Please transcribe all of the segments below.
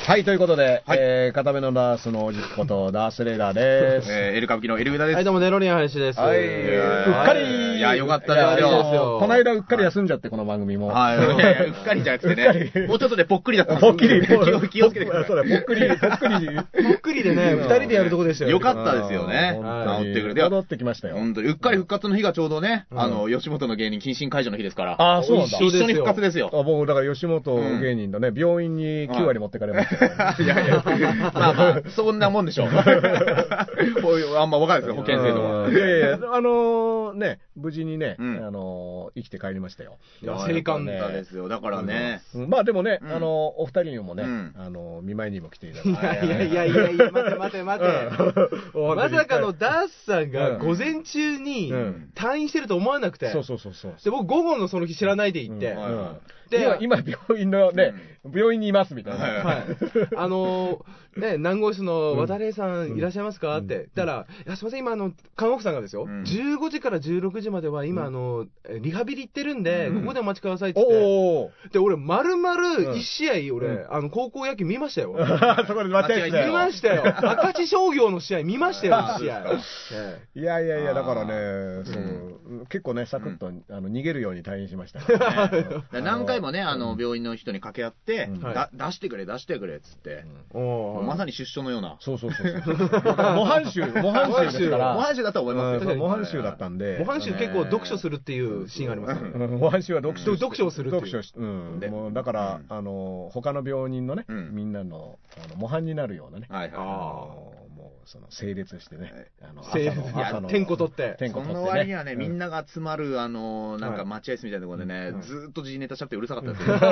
はい、ということで、片目のダースのおじっことダースレーダーです。 エル歌舞伎のエルウダです。 はい、どうもネロリアン林です。 はい、うっかり、 いや、よかったですよ。 この間うっかり休んじゃって、この番組も。 はい、いや、うっかりじゃなくてね、もうちょっとでぽっくりだったんです。 ぽっきり、 気をつけてください。 そうだ、ぽっくりでね、 二人でやるとこでしたよ。 よかったですよね。 治ってくれて。戻ってきましたよ。 本当に、うっかり復活の日がちょうどね、吉本の芸人謹慎解除の日ですから。 あ、そうなんだ。 一緒に復活ですよ。 僕、だから吉本芸人のね、病院に9割持ってかれました。 いやいや、まあまあ、そんなもんでしょう。あんま分かんないですよ、保険制度は。 いやいや、ね、無事にね、生きて帰りましたよ。 いや、生還ですよ。だからね。 まあでもね、お二人にもね、見舞いにも来ていただいて。 いや、待て。まさかのダースさんが午前中に退院してると思わなくて。 そう。 で、僕午後のその日知らないで行って。 で、今病院のね、病院にいますみたいな。 はい。ね、南郷室の和田玲さんいらっしゃいますかって。だから、いや、すいません、今看護婦さんがですよ、15時から16時までは今リハビリ行ってるんで、ここでお待ちくださいって言って。で、俺、丸々1試合、俺、高校野球見ましたよ。 そこで間違えて見ましたよ。明智商業の試合見ましたよ、1試合。 いや、だからね、結構ね、サクッと逃げるように退院しました。 何回もね、病院の人に掛け合って、出してくれっつって。まさに出所のような。 そう。模範囚ですから。 模範囚だと思いますよ。 模範囚だったんで。 模範囚結構読書するっていうシーンがありますよね。 模範囚は読書をするっていう。 読書もうだから、他の病人のね、みんなの模範になるようなね。もう、整列してね。 点呼取って。 その割にはね、みんなが集まる、なんか待合室みたいなところでね、ずっと時事ネタしちゃってうるさかったですよ。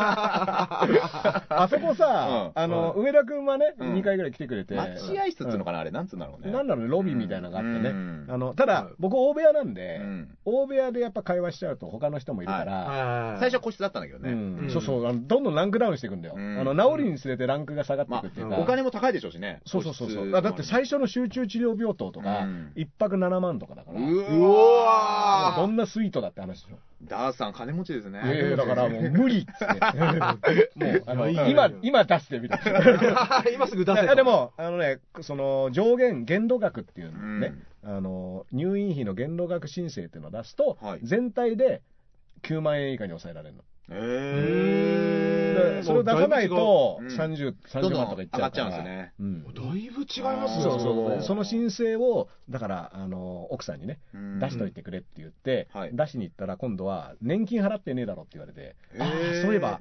あそこさ、上田くんはね、2回ぐらい来てくれて。 待合室っていうのかな、あれ、なんつうんだろうね。 なんだろうね、ロビーみたいなのがあってね。ただ、僕、大部屋なんで、大部屋でやっぱ会話しちゃうと他の人もいるから、 最初は個室だったんだけどね。 そう、どんどんランクダウンしていくんだよ。治りにつれてランクが下がっていくっていうか。 お金も高いでしょうしね。 そう。だって最初の集中治療病棟とか、1泊7万とかだから。 うわーどんなスイートだって話でしょ。 ダースさん金持ちですね。 だからもう無理っつって。もう、今出してみたいな。 今すぐ出せ。 でも、その上限、限度額っていうのね、入院費の限度額申請っていうのを出すと、全体で9万円以下に抑えられるの。それを出さないと30万とかいっちゃうから。上がっちゃうんですね。 だいぶ違いますよ。その申請を、だから、奥さんにね、出しといてくれって言って、出しに行ったら、今度は、年金払ってねえだろって言われて、そういえば、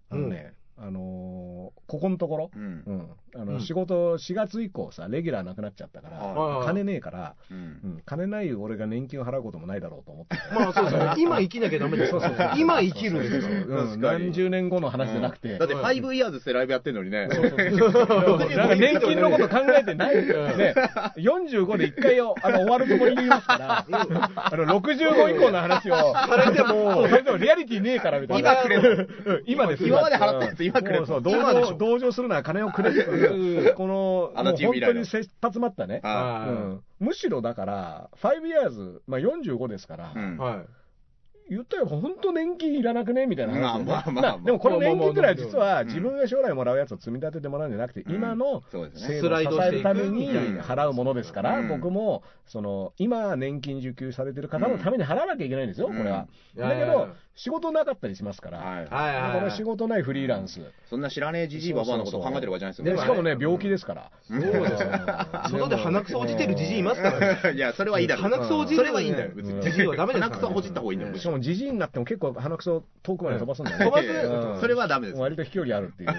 ここのところ、仕事4月以降さ、レギュラーなくなっちゃったから、金ねえから、金ない俺が年金を払うこともないだろうと思って。 まあそうそう、今生きなきゃダメですよ。今生きるんですよ。 何十年後の話じゃなくて。 だって5 years ってライブやってんのにね。 なんか年金のこと考えてないね。45で1回終わるつもりでいますから、65以降の話をされても、それでもリアリティねえからみたいな。 今くれ。 今です。 今まで払ったやつ今くれ。 同情するなら金をくれっていう、この、本当に切羽詰まったね。むしろだから、5 years、まあ45ですから、言ったら本当年金いらなくねみたいな話。でもこの年金くらい実は自分が将来もらうやつを積み立ててもらうんじゃなくて、今の制度を支えるために払うものですから、僕も、今年金受給されてる方のために払わなきゃいけないんですよ、これは。だけど、仕事なかったりしますから、これ仕事ないフリーランス。 そんな知らねえじじいばばのことを考えてるわけじゃないですよ。 しかもね、病気ですから。 そうですよ。外で鼻くそほじってるじじいいますからね。 いや、それはいいだろ。 鼻くそほじる。 それはいいんだよ。 じじいはダメです。 鼻くそほじった方がいいんだよ。 しかもじじいになっても結構鼻くそ遠くまで飛ばすんだよね。飛ばす。それはダメです。 割と飛距離あるっていう。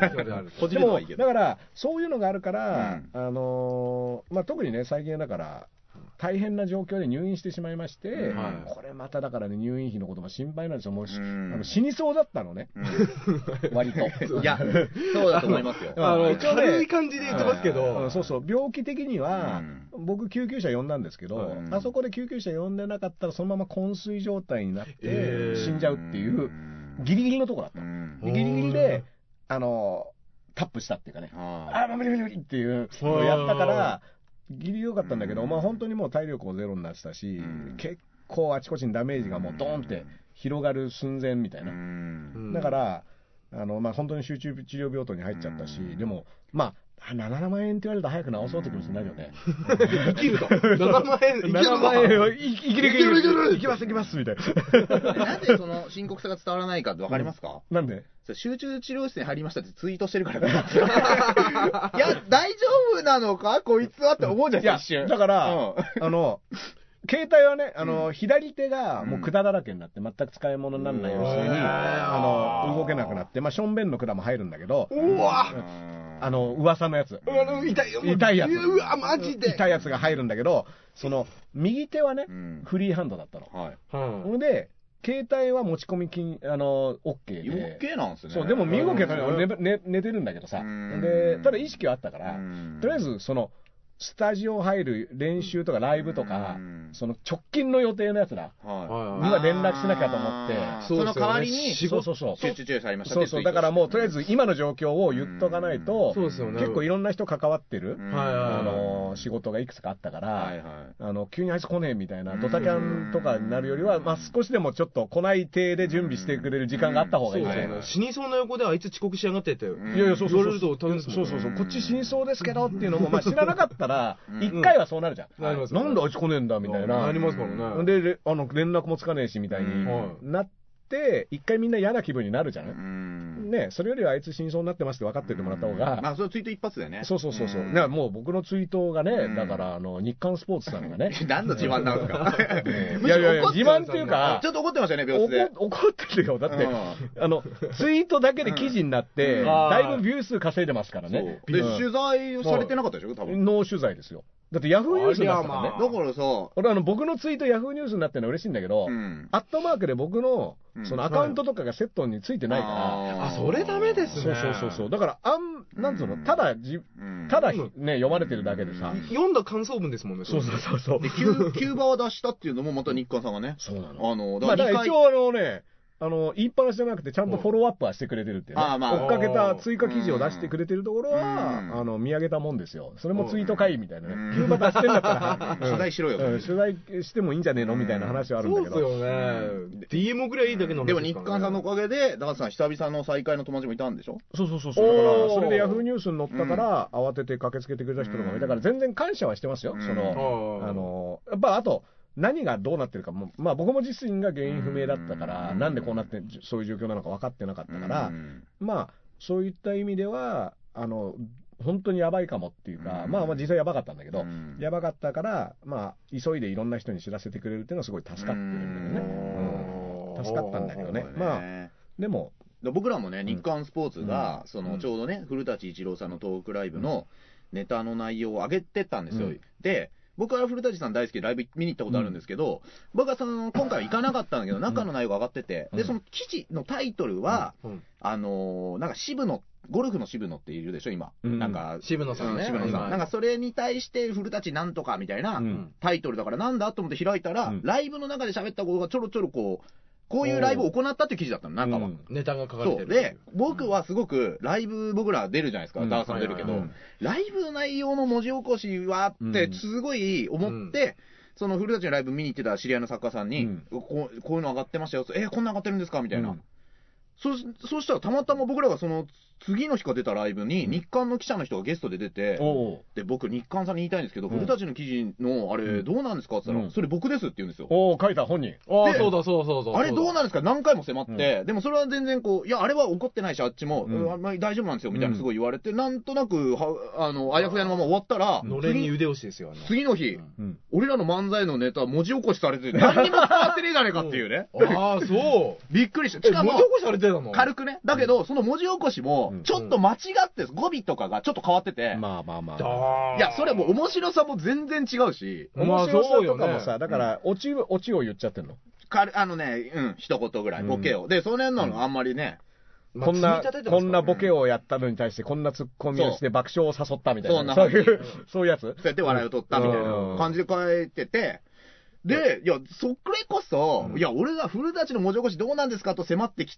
でも、だから、そういうのがあるから、特にね、最近だから、大変な状況で入院してしまいまして、これまただからね、入院費のことも心配なんですよ。もう死にそうだったのね。割と。 いや、そうだと思いますよ。 軽い感じで言ってますけど。 そうそう、病気的には、僕救急車呼んだんですけど、あそこで救急車呼んでなかったら、そのまま昏睡状態になって死んじゃうっていう、ギリギリのとこだった。ギリギリで、タップしたっていうかね、無理っていうのをやったから、ギリ良かったんだけど、まあ本当にもう体力をゼロになってたし、結構あちこちにダメージがもうドーンって広がる寸前みたいな。だから、 まあ本当に集中治療病棟に入っちゃったし、でも、まあ、7万円って言われると早く治そうって気持ちになるよね。 生きると。7万円、 7万円は生きる、行きますみたいな。なんでその深刻さが伝わらないかってわかりますか？ なんで？ 集中治療室に入りましたってツイートしてるからだ。いや、大丈夫なのかこいつはって思うじゃん、一瞬。 だから、携帯はね、左手がもう管だらけになって、全く使い物にならないように、動けなくなって、まあ、しょんべんの管も入るんだけど、 うわ噂のやつ。痛いやつ。 うわ、マジで。 痛いやつが入るんだけど、右手はね、フリーハンドだったの。ほんで、携帯は持ち込みOK で。 OK なんですね。 そう、でも身動きは寝てるんだけどさ。で、ただ意識はあったから、とりあえず、スタジオ入る練習とかライブとか、その直近の予定のやつらには連絡しなきゃと思って、 その代わりに、 集中治療されましたそうそう、だからもうとりあえず今の状況を言っとかないと、結構いろんな人関わってる仕事がいくつかあったから、急にあいつ来ねえみたいな、ドタキャンとかになるよりは、まあ少しでもちょっと来ない体で準備してくれる時間があった方がいい。 死にそうな横であいつ遅刻しやがってって。いやいや、そうそうそう。こっち死にそうですけどっていうのも、まあ知らなかったら、一回はそうなるじゃん。なんであいつ来ねえんだみたいな。 なりますからね。 で、連絡もつかねえしみたいになって、一回みんな嫌な気分になるじゃん。ね、それよりはあいつ死にそうになってますって分かっててもらった方が。 まあ、そのツイート一発でね。 そう。もう僕のツイートがね、だから日刊スポーツさんがね。 何の自慢なんですか？ いや、自慢っていうか。 ちょっと怒ってましたね、病室で。 怒ってるよ。だって、ツイートだけで記事になって、だいぶビュー数稼いでますからね。 で、取材されてなかったでしょ、多分。 ノー取材ですよ。だってヤフーニュースになったからね。 だからさ、 俺僕のツイートヤフーニュースになってるのは嬉しいんだけど、アットマークで僕のそのアカウントとかがセットについてないから。 それダメですね。 そう。だから、なんつうの、ただね、読まれてるだけでさ。 読んだ感想文ですもんね。 そう。 で、キューバを出したっていうのもまた日刊さんがね。 そうなの。だから一応ね、言いっぱなしじゃなくて、ちゃんとフォローアップはしてくれてるっていうね。追っかけた追加記事を出してくれてるところは、見上げたもんですよ。それもツイート会みたいなね。キューバ出してんだったら、 取材しろよ。 取材してもいいんじゃねえのみたいな話はあるんだけど。 そうですよね。DM ぐらいいいだけの話でも日刊さんのおかげで、高橋さん久々の再会の友達もいたんでしょ？ そう。だから、それでヤフーニュースに載ったから、慌てて駆けつけてくれた人とかもいたから、全然感謝はしてますよ。やっぱあと、何がどうなってるかも、まあ僕も自身が原因不明だったから、なんでこうなって、そういう状況なのか分かってなかったから、まあそういった意味では、本当にやばいかもっていうか、まあ実際やばかったんだけど、やばかったから、まあ急いでいろんな人に知らせてくれるっていうのはすごい助かってるんだよね。助かったんだけどね。まあ、でも、 僕らもね、日刊スポーツが、ちょうどね、古舘一郎さんのトークライブのネタの内容を上げてたんですよ。で、僕は古舘さん大好きでライブ見に行ったことあるんですけど、僕は今回は行かなかったんだけど、中の内容が上がってて、で、その記事のタイトルは、なんか渋野、ゴルフの渋野っているでしょ、今。なんか、 渋野さんね。 なんかそれに対して古舘なんとかみたいなタイトルだからなんだと思って開いたら、ライブの中で喋ったことがちょろちょろこういうライブを行ったって記事だったの、中は。 ネタが書かれてる。 で、僕はすごく、ライブ僕ら出るじゃないですか、ダーさん出るけど、ライブの内容の文字起こしはって、すごい思って、その古舘のライブ見に行ってた知り合いの作家さんに、こういうの上がってましたよ、こんな上がってるんですかみたいな。そうしたらたまたま僕らがその次の日から出たライブに日刊の記者の人がゲストで出て、で僕日刊さんに言いたいんですけど、古舘の記事のあれどうなんですかって言ったら、それ僕ですって言うんですよ。 書いた本人。 そうあれどうなんですか何回も迫って、でもそれは全然いやあれは怒ってないしあっちも大丈夫なんですよみたいなすごい言われて、なんとなくあやふやのまま終わったら、 のれんに腕押しですよ。 次の日、俺らの漫才のネタ文字起こしされて何にも伝わってねえじゃねえかっていうね。 そう。 びっくりした。しかも文字起こしされてたの？ 軽くね。だけどその文字起こしもちょっと間違って語尾とかがちょっと変わってて、 まあいやそれはもう面白さも全然違うし、 面白さとかもさ、だからオチを言っちゃってんの。 一言ぐらいボケをでそれなのあんまりね。 こんなボケをやったのに対してこんなツッコミをして爆笑を誘ったみたいな。そういうやつ。 そうやって笑いを取ったみたいな感じで書いてて。で、いや、それこそ、いや、俺が古舘の文字起こしどうなんですかと迫ってきた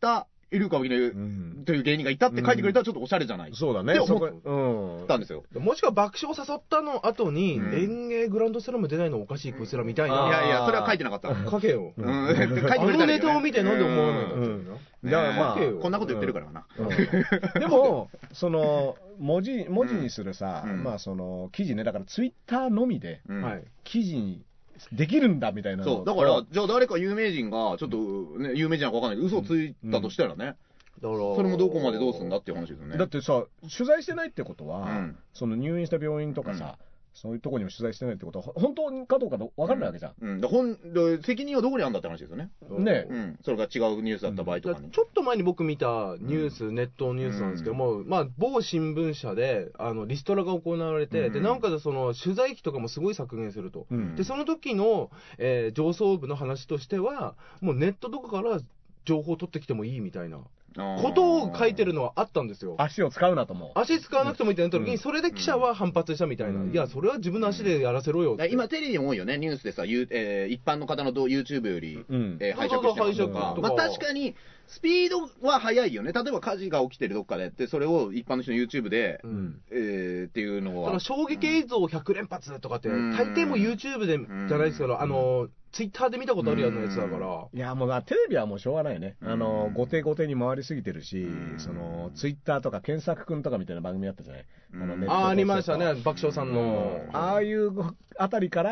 イルカ沖根という芸人がいたって書いてくれたらちょっとおしゃれじゃない。 そうだね。 って思ったんですよ。 もしくは爆笑誘ったの後に、演芸グランドスラム出ないのおかしいこいつらみたいな。 いやいや、それは書いてなかった。 書けよ。 書いてくれたらいいよね。 あのネタを見てなんで思わないんだって。 だからまあ、こんなこと言ってるからな。 でも、その、文字にするさ、まあその、記事ね、だからツイッターのみで、記事に、できるんだみたいな。 そう。だから、じゃあ誰か有名人が、ちょっとね、有名人なのかわかんないけど、嘘ついたとしたらね。だから、それもどこまでどうすんだっていう話ですよね。 だってさ、取材してないってことは、その入院した病院とかさ、そういうとこにも取材してないってことは、本当かどうか分かんないわけじゃん。 責任はどこにあるんだって話ですよね。 ねそれが違うニュースだった場合とかに。 ちょっと前に僕見たニュース、ネットニュースなんですけども、まあ、某新聞社で、リストラが行われて、で、なおかつその、取材費とかもすごい削減すると。で、その時の、上層部の話としては、もうネットとかから情報を取ってきてもいいみたいな。ことを書いてるのはあったんですよ。 足を使うなとも。 足使わなくてもいいってなった時に、それで記者は反発したみたいな。いや、それは自分の足でやらせろよって。 今テレビも多いよね、ニュースでさ、一般の方のYouTube より、拝借してるとか。まあ確かに、スピードは速いよね。例えば火事が起きてるどっかでって、それを一般の人の YouTube で、っていうのは。 だから衝撃映像100連発とかって、大抵も YouTube でじゃないですけど、ツイッターで見たことあるようなやつだから。 いや、もうテレビはもうしょうがないね。後手後手に回りすぎてるし、その、ツイッターとか検索くんとかみたいな番組あったじゃない。 ありましたね、爆笑さんの。 ああいうあたりから、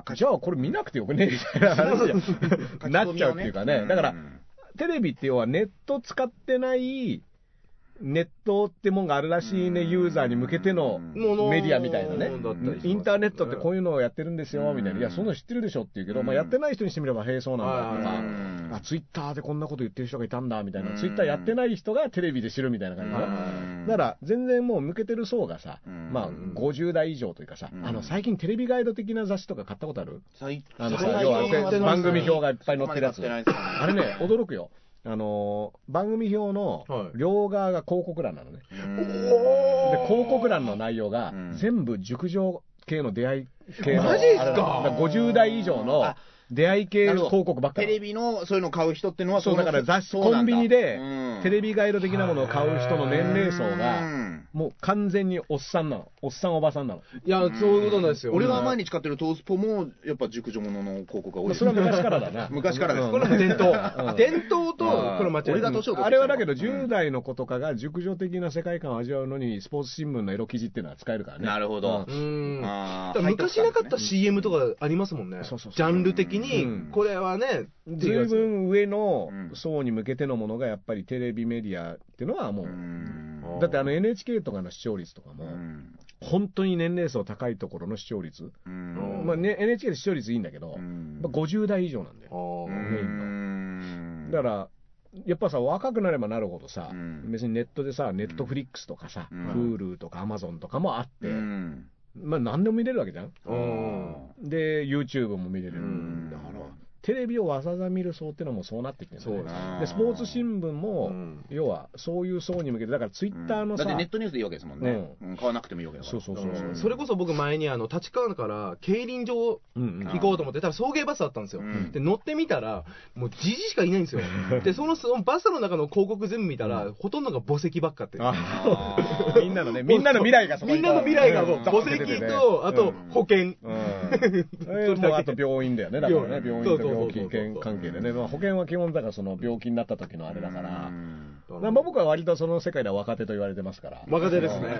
じゃあこれ見なくてよくねみたいな話になっちゃうっていうかね。だから、テレビって要はネット使ってないネットってもんがあるらしいね、ユーザーに向けてのメディアみたいなね。インターネットってこういうのをやってるんですよ、みたいな。いや、そんなの知ってるでしょって言うけど、まあやってない人にしてみれば、へえ、そうなんだとか、ツイッターでこんなこと言ってる人がいたんだ、みたいな。ツイッターやってない人がテレビで知るみたいな感じだ。だから、全然もう向けてる層がさ、まあ50代以上というかさ、最近テレビガイド的な雑誌とか買ったことある？要は番組表がいっぱい載ってるやつ。あれね、驚くよ。番組表の両側が広告欄なのね。で、広告欄の内容が全部熟女系の出会い系の。 マジですか ？50代以上の出会い系広告ばっかり。 テレビのそういうのを買う人っていうのはそう、だから雑誌、コンビニでテレビガイド的なものを買う人の年齢層が、もう完全におっさんなの。おっさんおばさんなの。 いや、そういうことなんですよ。 俺が毎日買ってるトースポも、やっぱ熟女ものの広告が多いです。 それは昔からだな。 昔からです。 これも伝統。伝統と、これ間違いない。 あれはだけど、10代の子とかが熟女的な世界観を味わうのに、スポーツ新聞のエロ記事っていうのは使えるからね。 なるほど。 昔なかった CM とかありますもんね。ジャンル的に、これはね、 随分上の層に向けてのものがやっぱりテレビメディアっていうのはもう、だって NHK とかの視聴率とかも、本当に年齢層高いところの視聴率、まあね、NHK で視聴率いいんだけど、50代以上なんだよ、メインの。だから、やっぱさ、若くなればなるほどさ、別にネットでさ、ネットフリックスとかさ、Hulu とか Amazon とかもあって、まあ何でも見れるわけじゃん。で、YouTube も見れる。だから、テレビをわざわざ見る層っていうのもそうなってきてるんだね。で、スポーツ新聞も、要は、そういう層に向けて、だからツイッターのさ。 だってネットニュースでいいわけですもんね。買わなくてもいいわけだから。 そう。 それこそ僕前に立川から競輪場行こうと思って、たら送迎バスだったんですよ。で、乗ってみたら、もうじじしかいないんですよ。で、そのバスの中の広告全部見たら、ほとんどが墓石ばっかって。 みんなの未来がそこに。 みんなの未来が墓石と、あと保険。 あと病院だよね。だからね、病院と病気関係でね。保険は基本だからその病気になった時のあれだから。まあ僕は割とその世界では若手と言われてますから。 若手ですね。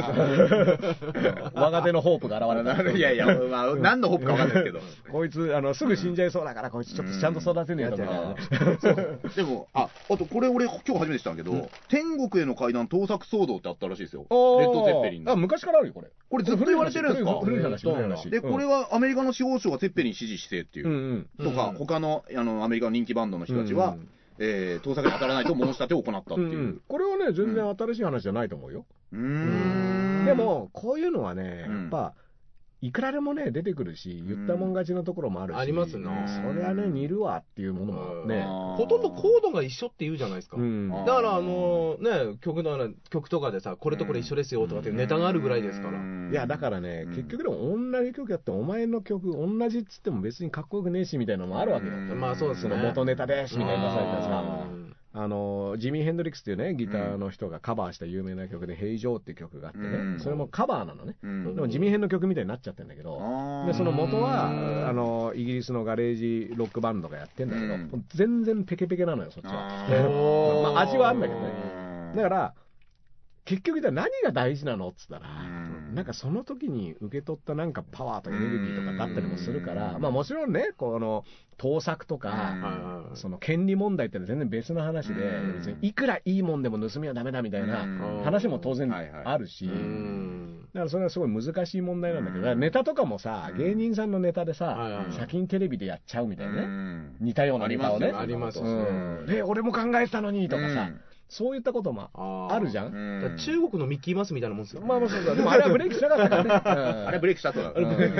若手のホープが現れた。 いやいや、まあ何のホープかわかんないですけど。 こいつすぐ死んじゃいそうだからこいつちょっとちゃんと育てねえとか。 でもあとこれ俺今日初めて知ったんだけど、天国への階段盗作騒動ってあったらしいですよ。レッド・ゼッペリン。 昔からあるよこれ。 これずっと言われてるんですか？ 古い話。 でこれはアメリカの司法省がゼッペリン支持してっていうとか、他のアメリカの人気バンドの人たちは盗作に当たらないと申し立てを行ったっていう。 これはね全然新しい話じゃないと思うよ。でもこういうのはねやっぱいくらでもね出てくるし言ったもん勝ちのところもあるし、 ありますね。 それはね似るわっていうものもね、 ほとんどコードが一緒って言うじゃないですか。だからね曲とかでさこれとこれ一緒ですよとかっていうネタがあるぐらいですから。 いやだからね結局でも同じ曲やってお前の曲同じっつっても別にかっこよくねえしみたいなのもあるわけよ。 まあそうですね。 その元ネタですみたいなされたさ。 ジミー・ヘンドリックスっていうね、ギターの人がカバーした有名な曲で、ヘイ・ジョーっていう曲があってね、それもカバーなのね。でもジミー・ヘンの曲みたいになっちゃってるんだけど、で、その元は、イギリスのガレージロックバンドがやってんだけど、全然ペケペケなのよ、そっちは。まあ、味はあるんだけどね。だから、結局何が大事なのっつったら、なんかその時に受け取ったなんかパワーとかエネルギーとかだったりもするから、まあもちろんね、盗作とか、その権利問題ってのは全然別の話で、別にいくらいいもんでも盗みはダメだみたいな話も当然あるし、だからそれはすごい難しい問題なんだけど、ネタとかもさ、芸人さんのネタでさ、先にテレビでやっちゃうみたいなね、似たようなネタをね、 ありますし、 俺も考えてたのにとかさ、そういったこともあるじゃん。 中国のミッキーマウスみたいなもんですよ。 まあそうだ。でもあれはブレイクしなかったからね。 あれブレイクしたとだ。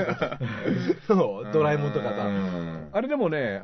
ドラえもんとかさ。 あれでもね、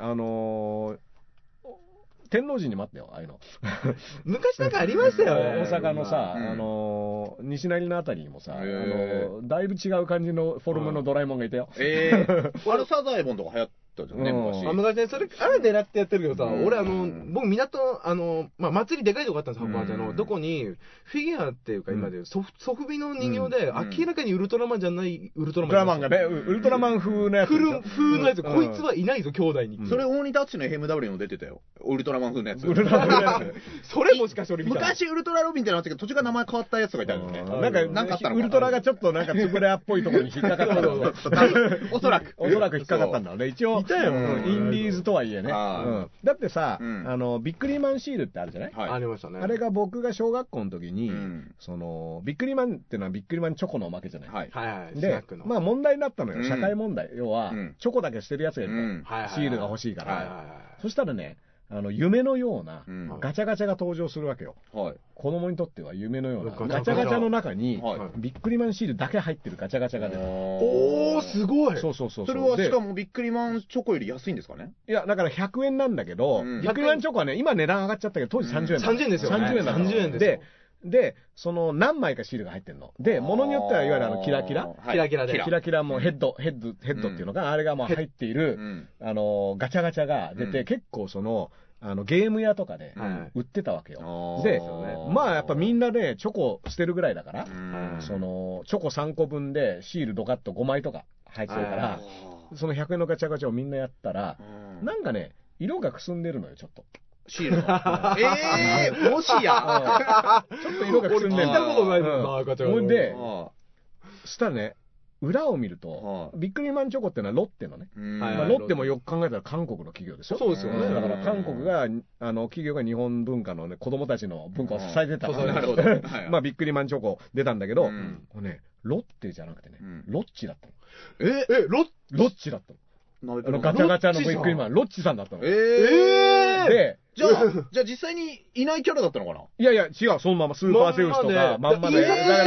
天王寺にもあったよ、ああいうの。 昔なんかありましたよね。 大阪のさ、西成のあたりにもさ、だいぶ違う感じのフォルムのドラえもんがいたよ。 あれサザエボンとか流行ったじゃんね、 昔ね、それ、あれ狙ってやってるけどさ、俺僕港、まあ、祭りでかいとこあったんですよ、函館の。どこに、フィギュアっていうか今でソフビの人形で、明らかにウルトラマンじゃないウルトラマンがね、 ウルトラマン風のやつ。 風のやつ、こいつはいないぞ、兄弟に。 それ、大仁田敦の FMW にも出てたよ。ウルトラマン風のやつ。 それもしかして俺見た。 昔ウルトラロビンってなったけど、途中から名前変わったやつがいたんだよね。なんかあったのウルトラがちょっとなんかつぶれっぽいところに引っかかったの。 おそらく引っかかったんだろうね。一応、インディーズとはいえね。だってさ、ビックリマンシールってあるじゃない？ ありましたね。 あれが僕が小学校の時に、ビックリマンっていうのはビックリマンチョコのおまけじゃない？で、まあ問題になったのよ。社会問題。要は、チョコだけ捨てるやつがいると。シールが欲しいから。そしたらね、夢のようなガチャガチャが登場するわけよ。子供にとっては夢のようなガチャガチャの中にビックリマンシールだけ入ってるガチャガチャが出る。 おー、すごい。 そう。 それはしかもビックリマンチョコより安いんですかね？いや、だから100円なんだけど、ビックリマンチョコはね、今値段上がっちゃったけど、当時30円だ。 30円ですよ。 30円ですよ。で、何枚かシールが入ってるの。で、ものによっては、いわゆるキラキラもヘッドっていうのが、あれがもう入っている、ガチャガチャが出て、結構ゲーム屋とかで売ってたわけよ。で、まあやっぱみんなね、チョコ捨てるぐらいだから、チョコ3個分でシールドカッと5枚とか入ってるから、その100円のガチャガチャをみんなやったら、なんかね、色がくすんでるのよ、ちょっと。 シールが。もしや。 ちょっと色がくすんでる。 聞いたことないですな、ガチャガチャ。 で、したらね、裏を見ると、ビックリマンチョコってのはロッテのね。ロッテもよく考えたら韓国の企業ですよ。 そうですよね。 だから韓国が、企業が日本文化のね、子供たちの文化を支えてた。 なるほど。 まあ、ビックリマンチョコ出たんだけど、ロッテじゃなくてね、ロッチだったの。ロッチだったの。ガチャガチャのビックリマン、ロッチさんだったの。で、 じゃあ実際にいないキャラだったのかな？ いやいや、違う、そのままスーパーゼウスとか、まんまで。だから、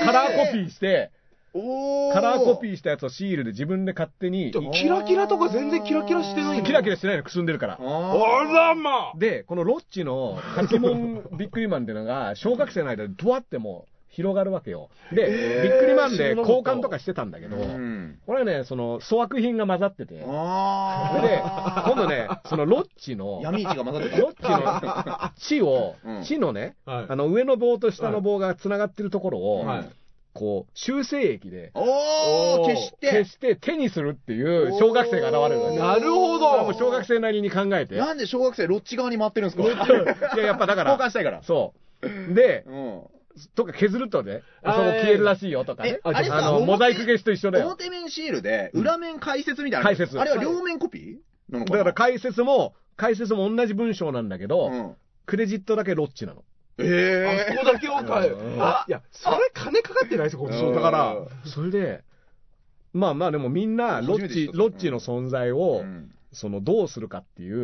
カラーコピーして、カラーコピーしたやつをシールで自分で勝手に。 キラキラとか全然キラキラしてないの？ キラキラしてないの、くすんでるから。 あらまあ！ で、このロッチのカキモンビックリマンっていうのが、小学生の間でドワってもう広がるわけよ。で、ビックリマンで交換とかしてたんだけど、これはね、粗悪品が混ざってて。で、今度ね、そのロッチの、 闇市が混ざってた。 ロッチの、血のね、上の棒と下の棒が繋がってるところを、こう、修正液で、消して手にするっていう小学生が現れるわけ。 なるほど。 もう小学生なりに考えて。 なんで小学生ロッチ側に回ってるんですか？ いや、やっぱだから。 交換したいから。 そう。で、とか削るとね、あそこ消えるらしいよとかね。モザイク消しと一緒だよ。 表面シールで、裏面解説みたいな。解説。あれは両面コピーなのかな？ だから解説も同じ文章なんだけど、クレジットだけロッチなの。 あそこだけを買え。いや、それ金かかってないですよ、こっち。 そう、だから、それで、まあでもみんな、ロッチの存在を、どうするかっていう。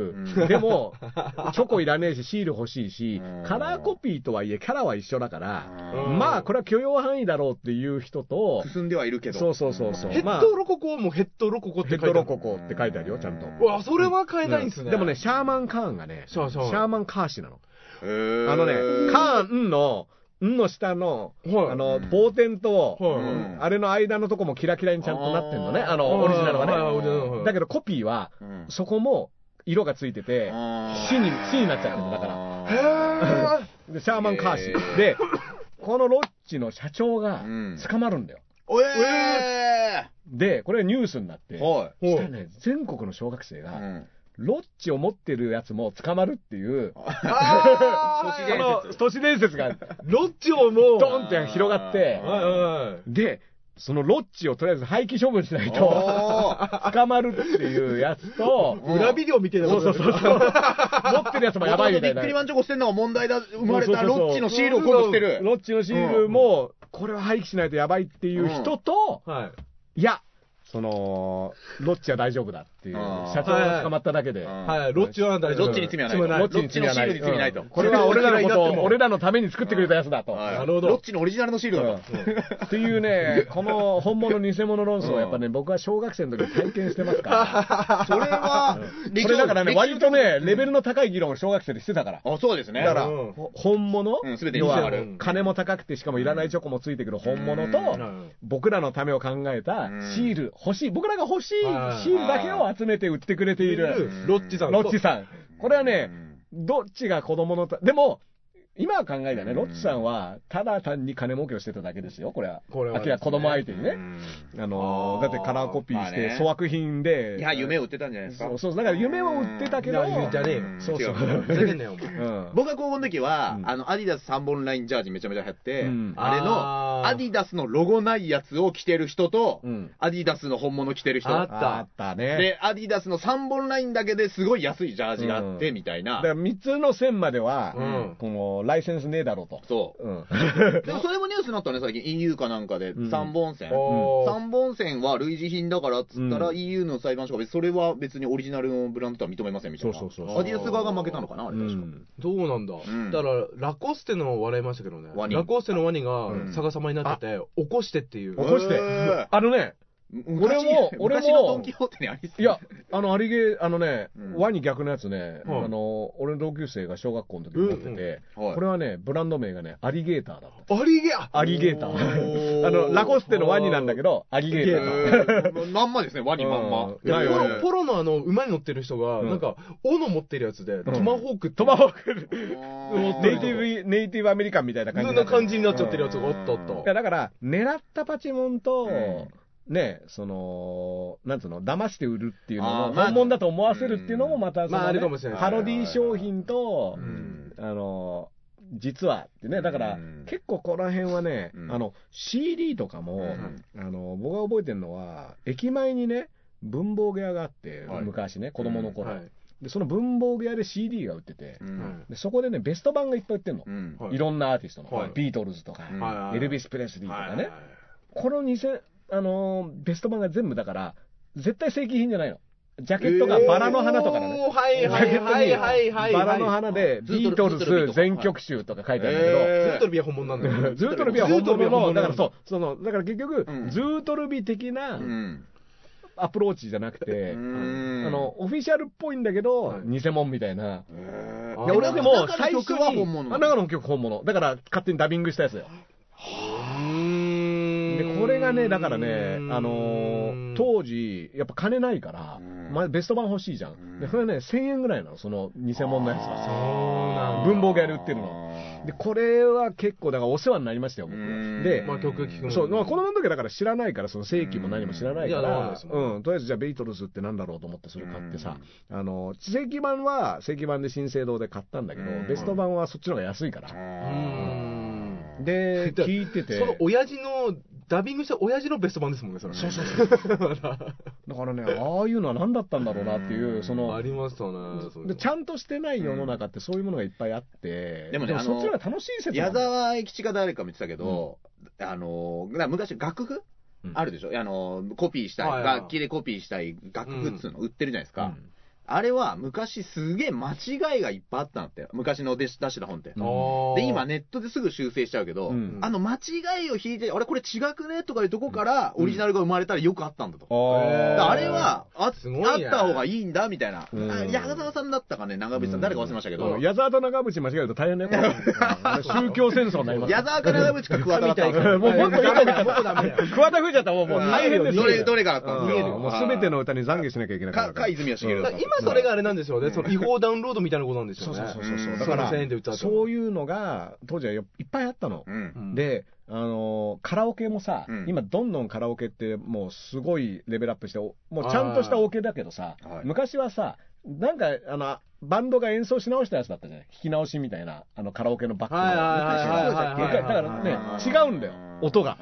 でも、チョコいらねえし、シール欲しいし、カラーコピーとはいえ、キャラは一緒だから、まあ、これは許容範囲だろうっていう人と、 進んではいるけど。 そう。 ヘッドロココもヘッドロココって書いてある。 ヘッドロココって書いてあるよ、ちゃんと。 うわ、それは買えないんですね。 でもね、シャーマンカーンがね、シャーマンカーシなの。カーンの下の、棒点と、あれの間のとこもキラキラにちゃんとなってんのね、オリジナルはね。だけどコピーは、そこも色がついてて、死になっちゃってるんだから。 で、シャーマンカーシー。で、このロッチの社長が捕まるんだよ。で、これがニュースになって、そしたらね、全国の小学生が、ロッチを持ってるやつも捕まるっていう、都市伝説が、 ロッチをもう、 ドンって広がって、で、そのロッチをとりあえず廃棄処分しないと、捕まるっていうやつと、 裏ビデオ見てるそう。持ってるやつもやばいみたいな。 ビックリマンチョコ捨てるのが問題だ、生まれたロッチのシールを今度捨てる。 ロッチのシールも、これは廃棄しないとやばいっていう人と、いや、その、ロッチは大丈夫だっていう、社長が捕まっただけで。 ロッチは大丈夫。 ロッチに罪はない。 ロッチに罪はない。 ロッチのシールに罪はないと。 これは俺らのことを、俺らのために作ってくれたやつだと。 なるほど。 ロッチのオリジナルのシールだと。っていうね、この本物偽物論争はやっぱね、僕は小学生の時体験してますから。 それは、 これだからね、割とね、レベルの高い議論を小学生でしてたから。 あ、そうですね。 だから、本物、 すべてにわかる。 金も高くて、しかもいらないチョコもついてくる本物と、僕らのためを考えたシール、僕らが欲しいシールだけを集めて売ってくれているロッチさん。 これはね、どっちが子供のでも、今は考えたらね、ロッチさんは、ただ単に金儲けをしてただけですよ、これは。明らかに子供相手にね。だってカラーコピーして、粗悪品で。 いや、夢を売ってたんじゃないですか。 そう、だから夢を売ってたけど。 じゃねえよ。 そう。 僕が高校の時は、アディダス3本ラインジャージめちゃめちゃ流行って、あれの、アディダスのロゴないやつを着てる人と、アディダスの本物着てる人。 あったね。 で、アディダスの3本ラインだけですごい安いジャージがあって、みたいな。 だから3つの線までは、この、ライセンスねえだろうと。 そう。でもそれもニュースになったね、最近 EU かなんかで3本線。3本線は類似品だからっつったら EU の裁判所がそれは別にオリジナルのブランドとは認めませんみたいな。アディダス側が負けたのかなあれ確か。 どうなんだ。だからラコステの笑いましたけどね。ラコステのワニが逆さまになってて、起こしてっていう。 起こして。俺も、いや、ワニ逆のやつね、俺の同級生が小学校の時に持ってて、これはね、ブランド名がね、アリゲーターだった。アリゲーター。ラコステのワニなんだけど、アリゲーター。 まんまですね、ワニまんま。 ポロの馬に乗ってる人が、なんか、斧持ってるやつで、トマホーク。 ネイティブアメリカンみたいな感じ。 そんな感じになっちゃってるやつがおった。 だから、狙ったパチモンと、ね、なんつうの、騙して売るっていうのも、本物だと思わせるっていうのもまた、 あるかもしれない。 パロディ商品と、実はってね、だから、結構この辺はね、CD とかも、僕が覚えてるのは、駅前にね、文房具屋があって、昔ね、子供の頃。で、その文房具屋で CD が売ってて、でそこでね、ベスト版がいっぱい売ってるの。いろんなアーティストの。ビートルズとか、エルビス・プレスリーとかね。このベスト版が全部だから、絶対正規品じゃないの。ジャケットがバラの花とかなのね。ジャケットにバラの花で、ビートルズ全曲集とか書いてあるんだけど、 ズートルビは本物なんだよ。 ズートルビは本物の、だからだから結局、ズートルビ的なアプローチじゃなくて、オフィシャルっぽいんだけど、偽物みたいな。いや、俺でも、 最初は本物。 中の曲本物。だから、勝手にダビングしたやつだよ。で、これがね、だからね、当時、やっぱ金ないから、ベスト版欲しいじゃん。で、それね、1000円ぐらいなの、その偽物のやつが。文房具屋で売ってるの。で、これは結構、だからお世話になりましたよ、僕。で、 曲聴くの。 そう、子供の時はだから知らないから、その正規も何も知らないから、とりあえずじゃあビートルズってなんだろうと思ってそれ買ってさ、正規版は正規版で新生堂で買ったんだけど、ベスト版はそっちの方が安いから。で、聞いてて。 その親父の、ダビングした親父のベスト版ですもんね、それ。 そう。だからね、ああいうのは何だったんだろうなっていう、 ありましたね。 で、ちゃんとしてない世の中ってそういうものがいっぱいあって、 でもね、 そっちが楽しい説矢沢永吉が誰かも言ってたけど、昔楽譜あるでしょコピーしたい、楽器でコピーしたい楽譜っつうの売ってるじゃないですか。あれは昔すげえ間違いがいっぱいあったんだって。昔の出した本って。で、今ネットですぐ修正しちゃうけど、間違いを引いて、あれこれ違くねとかいうとこからオリジナルが生まれたらよくあったんだと。あれはあった方がいいんだみたいな。矢沢さんだったかね、長渕さん、誰か忘れましたけど。 矢沢と長渕間違えると大変だよ。宗教戦争になります。 矢沢か長渕か桑田だったら。もうもっといいか桑田吹いちゃったらもう大変ですよ。 どれかだったんですよ。 もうすべての歌に懺悔しなきゃいけないから。 か泉谷しげるだった。 それがあれなんでしょうね。その違法ダウンロードみたいなことなんでしょうね。 そうだからそういうのが当時はいっぱいあったの。でカラオケもさ、今どんどんカラオケってもうすごいレベルアップして、もうちゃんとしたオケだけどさ、昔はさ、なんかバンドが演奏し直したやつだったじゃない、弾き直しみたいなカラオケのバックの。だからね、違うんだよ音が。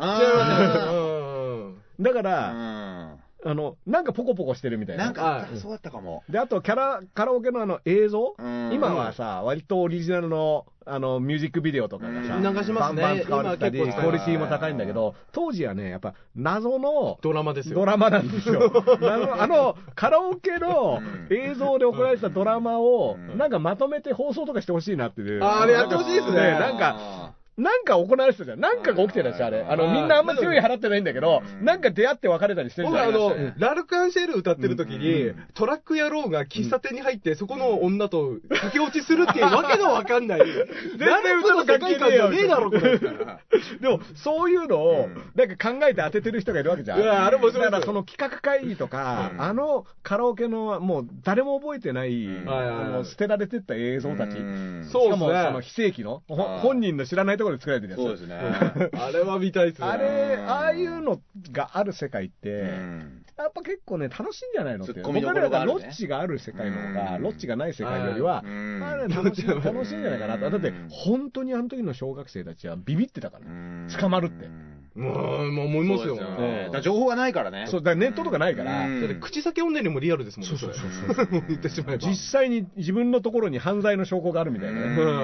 だからなんかポコポコしてるみたいな。 なんかそうだったかも。 であとカラオケの映像、今はさ割とオリジナルのミュージックビデオとかがさ流しますね。 バンバン使われてたりクオリティも高いんだけど、当時はねやっぱ謎のドラマですよ。 ドラマなんですよ。カラオケの映像で送られたドラマをなんかまとめて放送とかしてほしいなっていう。 あれやってほしいですね。 なんか行われてたじゃん。なんかが起きてたでしょ、あれ。みんなあんま注意払ってないんだけど、なんか出会って別れたりしてるじゃん。 僕ラルク・アンシェル歌ってる時に、トラック野郎が喫茶店に入って、そこの女と駆け落ちするっていうわけのわかんない。全然歌の世界観じゃねえだろ、これ。でも、そういうのを、なんか考えて当ててる人がいるわけじゃん。 あれもそうだからその企画会議とか、カラオケの、もう誰も覚えてない、捨てられてった映像たち。しかも、その非正規の、本人の知らないところで作られてるやつ。 そうですね。 あれは見たいですね。 ああいうのがある世界って、やっぱ結構ね、楽しいんじゃないのって。僕らがロッチがある世界の方が、ロッチがない世界よりは、楽しいんじゃないかなと。だって、本当にあの時の小学生たちはビビってたから、捕まるって。 もう思いますよ。 情報がないからね。 そう、だからネットとかないから。 口先女にもリアルですもんね。そう言ってしまえば。 実際に自分のところに犯罪の証拠があるみたいな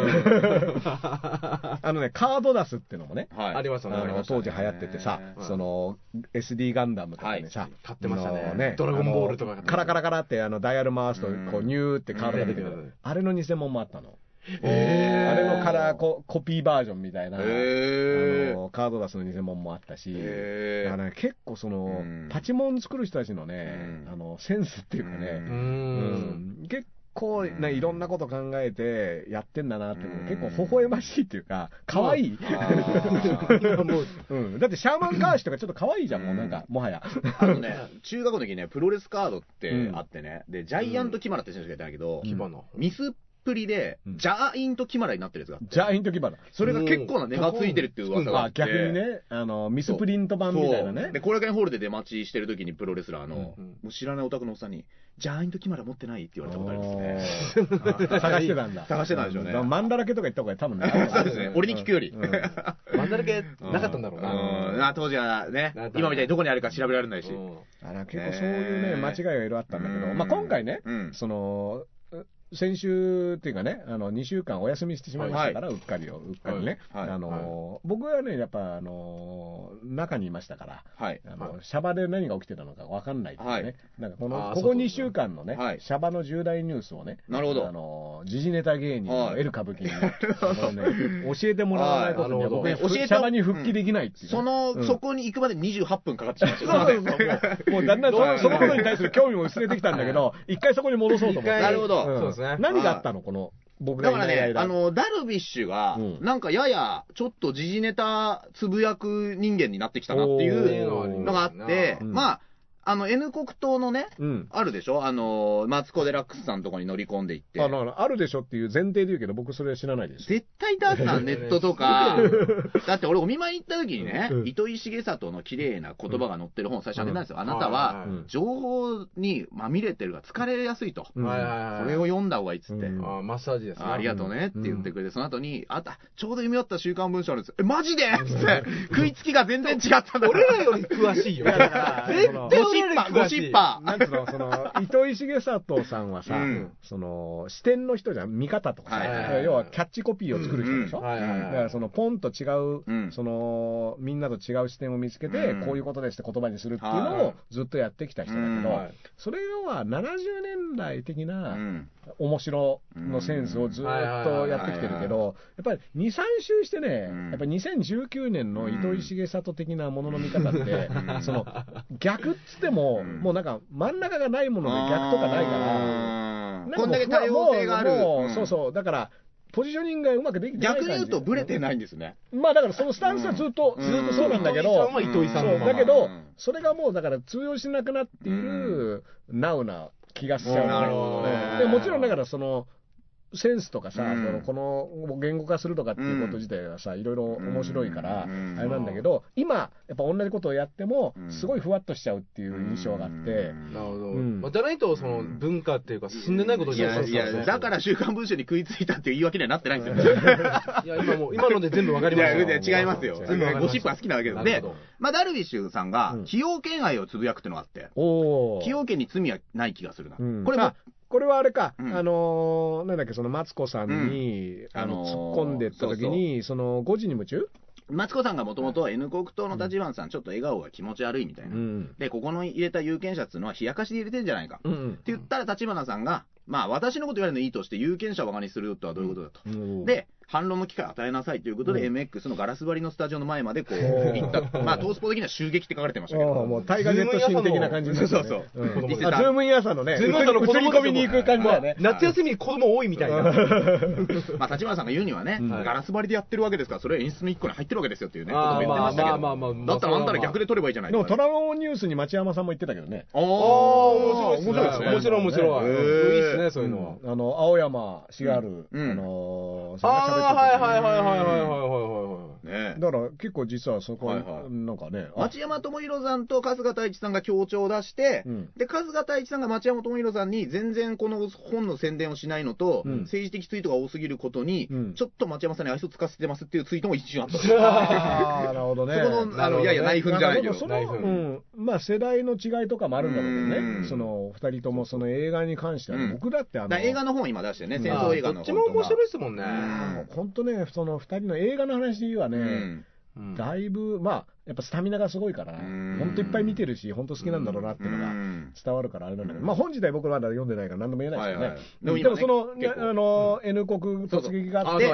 ね。カードダスってのもね、 ありましたね。 当時流行っててさ、SD ガンダムとかねさ、 買ってましたね。ドラゴンボールとか。 カラカラカラってダイヤル回すと、こうニューってカードが出てくる。あれの偽物もあったの。あれのカラーコピーバージョンみたいなカードダスの偽物もあったし、結構パチモン作る人たちのねセンスっていうかね、結構いろんなこと考えてやってんだなって、結構微笑ましいっていうか可愛い。だってシャーマンカーシとかちょっと可愛いじゃん、もうなんかもはや。 中学校の時ねプロレスカードってあってね、でジャイアントキマラって選手がいたんだけど、ミスプリでジャーイントキマラになってるやつが、 ジャーイントキマラ、 それが結構な値がついてるっていう噂があって、 逆にねミスプリント版みたいなね。 で後楽園ホールで出待ちしてる時にプロレスラーのもう知らないオタクのおっさんにジャーイントキマラ持ってないって言われたことありますね。 探してたんだ。 探してたんでしょうね。 マンダラケとか言った方が多分ね。 そうですね。俺に聞くより。 マンダラケなかったんだろうな。 当時はね、今みたいにどこにあるか調べられないし。 結構そういうね間違いがいろいろあったんだけど、今回ね先週っていうかね、2週間お休みしてしまいましたから、うっかりね。僕はね、やっぱ、中にいましたから、シャバで何が起きてたのか分かんないっていうね。なんかここ2週間のね、シャバの重大ニュースをね、時事ネタ芸人のエル歌舞伎に教えてもらわないことには、僕、シャバに復帰できないっていう。 そこに行くまで28分かかってしまった。 もうだんだんそのことに対する興味も薄れてきたんだけど、一回そこに戻そうと思って。 なるほど。 何があったのこの僕だからね、ダルビッシュが、なんかやや、ちょっと時事ネタつぶやく人間になってきたなっていうのがあって、まあ、N 国党のね、あるでしょ、マツコ・デラックスさんとかに乗り込んでいって。 あるでしょっていう前提で言うけど、僕それは知らないです。 絶対だったネットとか。だって俺お見舞い行った時にね、糸井重里の綺麗な言葉が載ってる本を最初あげたんですよ。あなたは、情報にまみれてるが疲れやすいと。これを読んだ方がいいっつって。 マッサージですね。 ありがとうねって言ってくれて、その後に、ちょうど読み終わった週刊文春あるんです。マジでって食いつきが全然違ったんだ。 俺らより詳しいよ。絶対ゴシッパー。 なんつうの、糸井重里さんはさ、視点の人じゃん、見方とかさ、要はキャッチコピーを作る人でしょ。だからポンと違う、みんなと違う視点を見つけて、こういうことですって言葉にするっていうのをずっとやってきた人だけど、それは70年代的な面白のセンスをずっとやってきてるけど、やっぱり2、3周してね、やっぱり2019年の糸井重里的なものの見方って、逆っつっても、もうなんか真ん中がないもので逆とかないから、 こんだけ多様性がある。 そうそう、だからポジショニングがうまくできてない。 逆に言うとブレてないんですね。 まあだからそのスタンスはずっとそうなんだけど、 糸井さんはだけどそれがもうだから通用しなくなっているナウな気がしちゃう。 なるほどね。 でもちろんだからそのセンスとかさ、この言語化するとかっていうこと自体がさ、いろいろ面白いから、あれなんだけど、今、やっぱ同じことをやっても、すごいふわっとしちゃうっていう印象があって。 なるほど。じゃないと、その文化っていうか、進んでないことじゃないですか。 いや、だから週刊文春に食いついたっていう言い訳にはなってないんですよ。 いや、今ので全部わかりましたよ。違いますよ。ゴシップは好きなわけです。で、まあ、ダルビッシュさんが、崎陽軒愛をつぶやくっていうのがあって、崎陽軒に罪はない気がするな。 これはあれか、なんだっけ、そのマツコさんに、突っ込んでった時に、その5時に夢中マツコさんがもともと N 国党の立花さん、ちょっと笑顔が気持ち悪いみたいな。で、ここの入れた有権者っていうのは冷やかしで入れてんじゃないか。って言ったら立花さんが、まあ私のこと言われるのいいとして有権者をバカにするとはどういうことだと。で、反論の機会を与えなさいということで、MX のガラス張りのスタジオの前までこう行った。まあトースポ的には襲撃って書かれてましたけど。 もうタイガー・ジェットシーン的な感じで。 そうそう。 ズームイン朝のね、ズームイン朝の子供込みに行く感じだよね。 夏休みに子供多いみたいな。 まあ立花さんが言うにはね、ガラス張りでやってるわけですから、それは演出の一個に入ってるわけですよっていうね、ことも言ってましたけど。だったらあんたら逆で撮ればいいじゃないですか。でもトラゴンニュースに町山さんも言ってたけどね。 面白いですね。面白い。いいですね、そういうのは。 青山茂春、だから結構実はそこはなんかね、 町山智博さんと春日太一さんが協調を出して、で春日太一さんが町山智博さんに全然この本の宣伝をしないのと、政治的ツイートが多すぎることに、ちょっと町山さんに愛想つかせてますっていうツイートも一瞬あった。 なるほどね。 そこのやや内紛じゃないけど、 まあ世代の違いとかもあるんだろうけどね。その2人ともその映画に関しては僕だって映画の本今出してね、戦争映画の本とか。 どっちも面白いですもんね。 本当ね、その2人の映画の話はね、だいぶまあやっぱスタミナがすごいから、本当いっぱい見てるし、本当好きなんだろうなっていうのが伝わるからあれなんだけど、まあ本自体僕まだ読んでないから何でも言えないですけどね。でもその N 国突撃があって、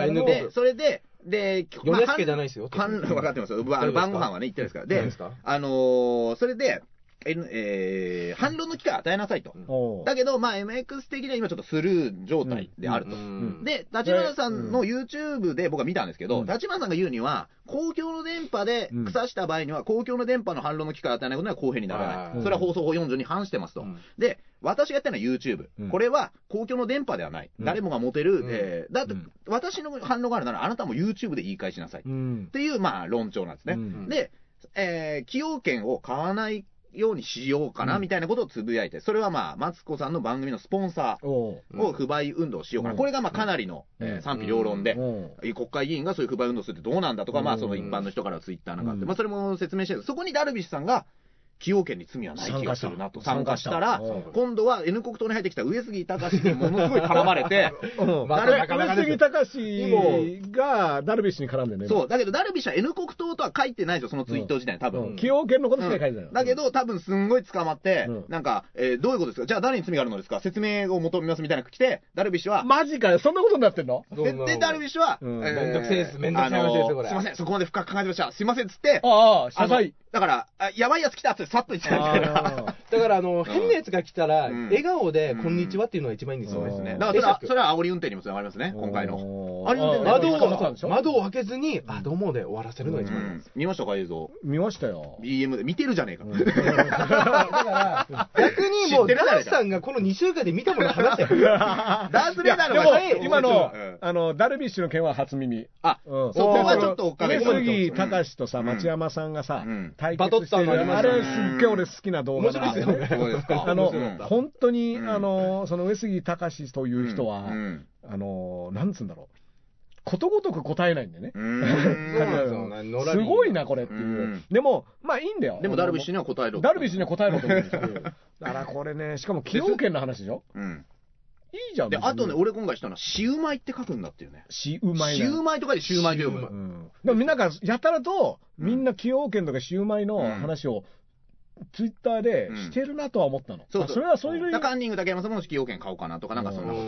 それで米助じゃないですよ。 分かってますよ。晩ご飯はね言ってるんですから。で、それで。反論の機会を与えなさいと。だけど、まあ、MX 的には今ちょっとスルー状態であると。で、立花さんの YouTube で僕は見たんですけど、立花さんが言うには、公共の電波で腐した場合には、公共の電波の反論の機会を与えないことには公平にならない。それは放送法4条に反してますと。で、私がやってるのは YouTube。これは公共の電波ではない。誰もが持てる。だって、私の反論があるなら、あなたも YouTube で言い返しなさい。っていう、まあ、論調なんですね。で、崎陽軒を買わないようにしようかなみたいなことをつぶやいて、それはまあマツコさんの番組のスポンサーを不買運動しようかな、これがまあかなりの賛否両論で、国会議員がそういう不買運動するってどうなんだとか、まあその一般の人からツイッターなんかあって、まあそれも説明してる。そこにダルビッシュさんが崎陽軒に罪はない気がするなと参加したら、今度は N 国党に入ってきた上杉隆にものすごい絡まれて、 上杉隆がダルビッシュに絡んでね。 そう、だけどダルビッシュは N 国党とは書いてないですよ、そのツイート自体、多分。 崎陽軒のことしか書いてない。 だけど、多分すんごい捕まって、なんか、どういうことですか、じゃあ誰に罪があるのですか、説明を求めますみたいなの来て、ダルビッシュは。 マジかよ、そんなことになってんの？ で、ダルビッシュは、 めんどくせえです、めんどくさい話ですよ、これ。 すいません、そこまで深く考えてました。すいませんっつって、 謝罪。 だから、やばいやつ来たってさっと言ってたみたいな。 だから、変なやつが来たら、笑顔で、こんにちはっていうのが一番いいんですよ。 だからそれは煽り運転にもつながりますね、今回の。 窓を開けずに、どうもで終わらせるのが一番いいです。 見ましたか、映像。 見ましたよ。 BM で見てるじゃねえか。 だから、逆にもう、ダースさんがこの2週間で見たもの話せ。 ダースレーダーの方が今の、ダルビッシュの件は初耳。 そこはちょっと追っかけて。 上杉隆とさ、町山さんがさ、対決してる。あれすっげえ俺好きな動画なんですよね。本当に、その上杉隆という人は、なんつうんだろう。ことごとく答えないんだよね。すごいな、これっていう。でも、まあいいんだよ。 でもダルビッシュには答えろ。 ダルビッシュには答えろと思うんですよ。だからこれね、しかも崎陽軒の話でしょ？いいじゃん。 で、あとね、俺今回したのは、シウマイって書くんだっていうね。 シウマイ。 シウマイとかでシウマイと読む。 でもみんなが、やたらと、みんな崎陽軒とかシウマイの話を、ツイッターでしてるなとは思ったの。 そう、 それはそういう。 カンニング竹山さんも崎陽軒買おうかなとか、なんかそんなこと。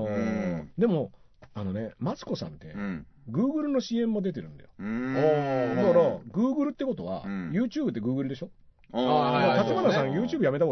でも、マツコさんって、Google の CM も出てるんだよ。だから、Google ってことは、YouTube って Google でしょ？立花さん YouTube やめた方がいいよ。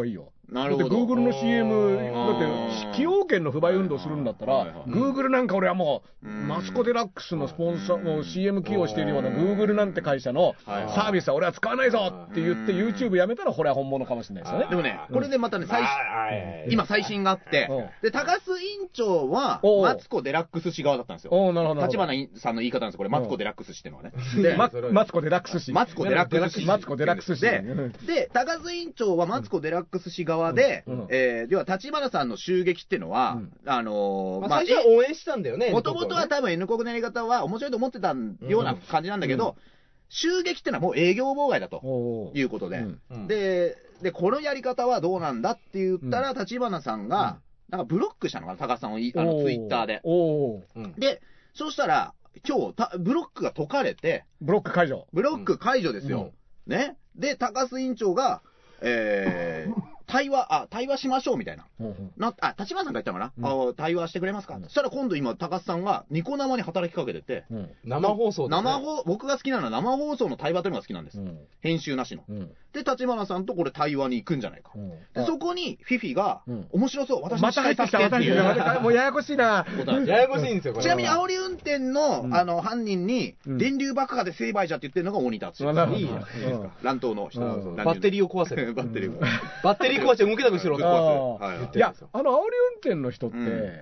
なるほど。 だって Google の CM、だって崎陽軒の不買運動するんだったら、Google なんか俺はもう、マツコ・デラックスのスポンサー、CM 起用しているような Google なんて会社のサービスは俺は使わないぞって言って YouTube やめたら、これは本物かもしれないですよね。 でもね、これでまたね、今最新があって、で、高須委員長は、マツコ・デラックス氏側だったんですよ。立花さんの言い方なんですよ、これ、マツコ・デラックス氏っていうのはね。 で、マツコ・デラックス氏。 マツコ・デラックス氏。 マツコ・デラックス氏。 で、高須委員長はマツコ・デラックス氏側で、要は立花さんの襲撃っていうのは、 最初は応援したんだよね。 もともとは多分 N 国のやり方は面白いと思ってたような感じなんだけど、襲撃っていうのはもう営業妨害だということで、で、このやり方はどうなんだって言ったら、立花さんが、なんかブロックしたのかな、高須さんをツイッターで。で、そうしたら、今日、ブロックが解かれて、 ブロック解除。 ブロック解除ですよ。ね。で、高須委員長が、対話しましょうみたいな。立花さんが言ったのかな、対話してくれますか、そしたら今度今、高須さんがニコ生に働きかけてて、 生放送で、 僕が好きなのは生放送の対話というのが好きなんです。編集なしの。で、立花さんとこれ対話に行くんじゃないか。で、そこにフィフィが、面白そう、私に司会させてっていう。 もうややこしいな。 ややこしいんですよ、これ。 ちなみに煽り運転の、犯人に、電流爆破で成敗者って言ってるのが鬼達。いいですか。乱闘の人。 バッテリーを壊せる。 バッテリー壊して動けなくしろって。 いや、煽り運転の人って、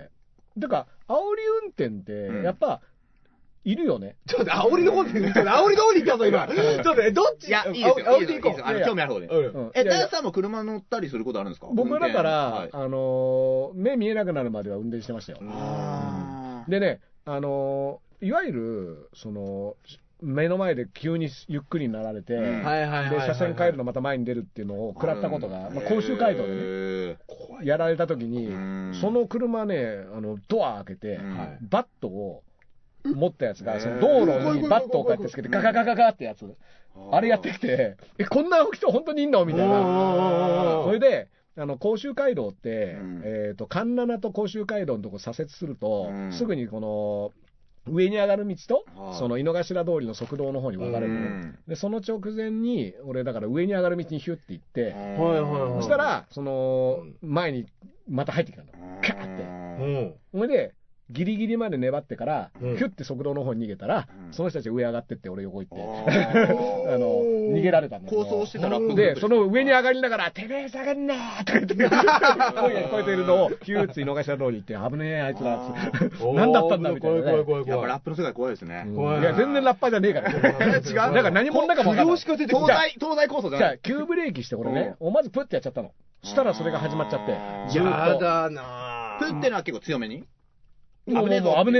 てか、煽り運転って、やっぱ、いるよね。 ちょっと煽りの方に行ったぞ、今。ちょっとね、どっち？ いや、いいですよ。煽り行こう。興味ある方で。ダンさんも車乗ったりすることあるんですか？ 僕はだから、目見えなくなるまでは運転してましたよ。でね、いわゆる、目の前で急にゆっくりになられて、で、車線変えるのまた前に出るっていうのを食らったことが、甲州街道でね、やられた時に、その車ね、ドア開けて、バットを持ったやつが、その道路にバットをこうやってつけて、ガガガガガってやつ、あれやってきて、こんな人本当にいんのみたいな。それで、甲州街道って、環七と甲州街道のとこ左折すると、すぐにこの、上に上がる道と、その井の頭通りの側道の方に分かれる、で、その直前に、俺、だから上に上がる道にヒュッて行って、そしたら、前にまた入ってきたの。カーって。それで、ギリギリまで粘ってから、ヒュッて側道の方に逃げたら、その人たち上上がってって、俺横行って、逃げられたんだ。 構想してたら、 で、その上に上がりながら、てめえ下がんねーとか言って、声が聞こえているのを、ヒューッて井の頭通り行って、危ねえ、あいつら、何だったんだみたいな。 怖い。 やっぱラップの世界怖いですね。 いや、全然ラッパーじゃねえから。違う。だから何者だかも分かんない。東西構想じゃない。 急ブレーキして、これね、まずプッてやっちゃったの。したらそれが始まっちゃって。 やだなプってのは結構強めに危ねえぞっていう。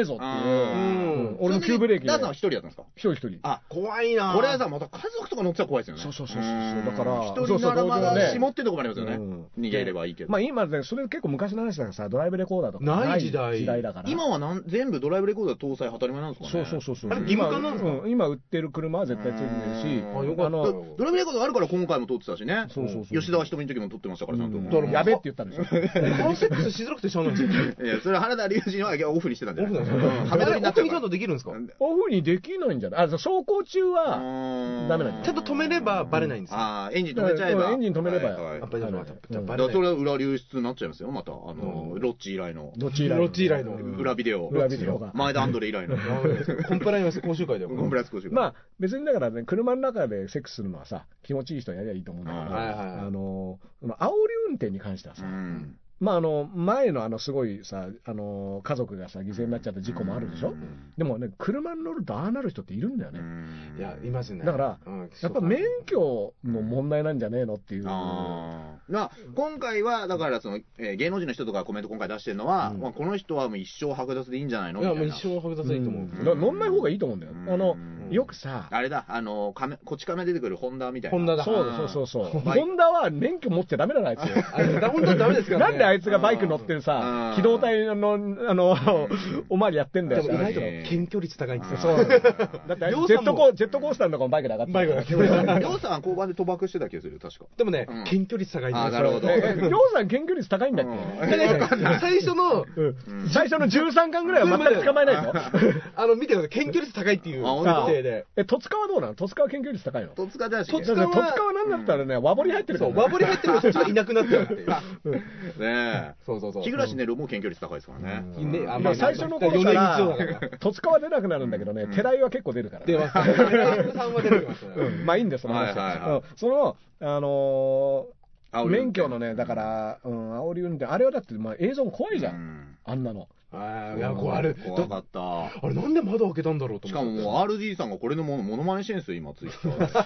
俺の急ブレーキ。 ダンさんは一人だったんですか？ 一人。 あ、怖いな。これはさ、また家族とか乗ってたら怖いですよね。 そう。だから、 一人ならまだ下ってとこまでありますよね。逃げればいいけど。 まあ今ね、それ結構昔の話だからさ、ドライブレコーダーとかない時代だから。 今は全部ドライブレコーダー搭載当たり前なんですかね。 そう。 あれ義務化なんですか？ 今売ってる車は絶対ついてるし、 ドライブレコーダーあるから今回も撮ってたしね。 そう。 吉田は瞳の時も撮ってましたから、ちゃんと。 やべって言ったんですよ。 このセックスしづらくてしゃあないんですよ。 いや、それは原田龍二はオフにしてたんじゃないですか。 はめ撮りになっちゃうから。オフにちゃんとできるんですか？ オフにできないんじゃない？走行中はダメなんじゃない？ ちゃんと止めればバレないんですか？エンジン止めちゃえば。 エンジン止めれば。 だからそれは裏流出になっちゃいますよ、また。ロッチ以来の。裏ビデオ。前田アンドレ以来の。 コンプライアンス講習会だよ。 まあ、別にだからね、車の中でセックスするのはさ、気持ちいい人はやりゃいいと思うんだけど、煽り運転に関してはさ、まあ前のすごいさ、家族がさ、犠牲になっちゃった事故もあるでしょ。でもね、車に乗るとああなる人っているんだよね。 いや、いますね。 だから、やっぱ免許の問題なんじゃねえのっていう。 今回は、だから芸能人の人とかコメント今回出してるのは、この人はもう一生剥奪でいいんじゃないの？いや、 もう一生剥奪でいいと思う。 乗んない方がいいと思うんだよ。よくさ、 あれだ、こち亀出てくるホンダみたいな。 ホンダだ。 そう。ホンダは免許持っちゃダメだな、あいつ。 ホンダダメですからね。 なんであいつがバイク乗ってるさ、機動隊のおまわりやってんだよ。 意外と検挙率高いんですよ。 そう。だってジェットコースターのとこもバイクで上がってる。 りょうさんは交番で賭博してた気がする、確か。 でもね、検挙率高いんですよ。 なるほど。 りょうさん検挙率高いんだっけ？ 最初の13 巻ぐらいは全く捕まえないぞ。 見てください、検挙率高いっていう。 いで。 戸塚はどうなの？戸塚は研究率高いの？ 戸塚だし。 戸塚はなんだったらね、和彫り入ってるから。 そう、和彫り入ってる人がいなくなってるっていう。 ねえ。 そう。 日暮ねるも研究率高いですからね。 最初の頃から戸塚は出なくなるんだけどね、寺井は結構出るから。 出ます。寺井さんは出てきますね。 まあいいんです、その話は。その、免許のね、だから、煽り運転、あれはだって、映像も怖いじゃん。あんなの。 いや、怖かった。あれ、なんで窓開けたんだろうと思って。 しかももう RG さんがこれのモノマネしてるんですよ、今、ツイッタ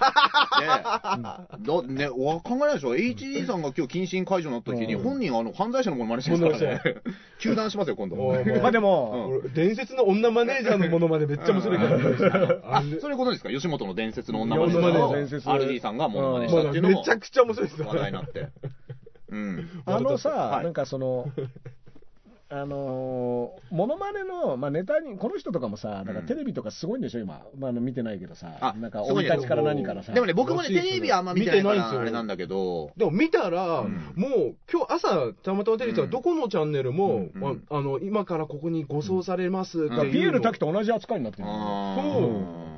ーで。ね、考えないでしょ。HG さんが今日謹慎解除になった時に、本人犯罪者のモノマネしてるからね。糾弾しますよ、今度。 まあでも、 伝説の女マネージャーのモノマネめっちゃ面白いから。 そういうことですか？吉本の伝説の女マネージャーを RG さんがモノマネしたっていうのもめちゃくちゃ面白いですよ。 話題になって。 なんかその、モノマネの、ネタに、この人とかもさ、なんかテレビとかすごいんでしょ、今。見てないけどさ、なんか、生い立ちから何からさ。 でもね、僕もね、テレビはあんま見てないからあれなんだけど。 でも見たら、もう、今日朝、たまたまテレビはどこのチャンネルも、今からここに誤送されますっていう。 ピエール滝と同じ扱いになってる。そう。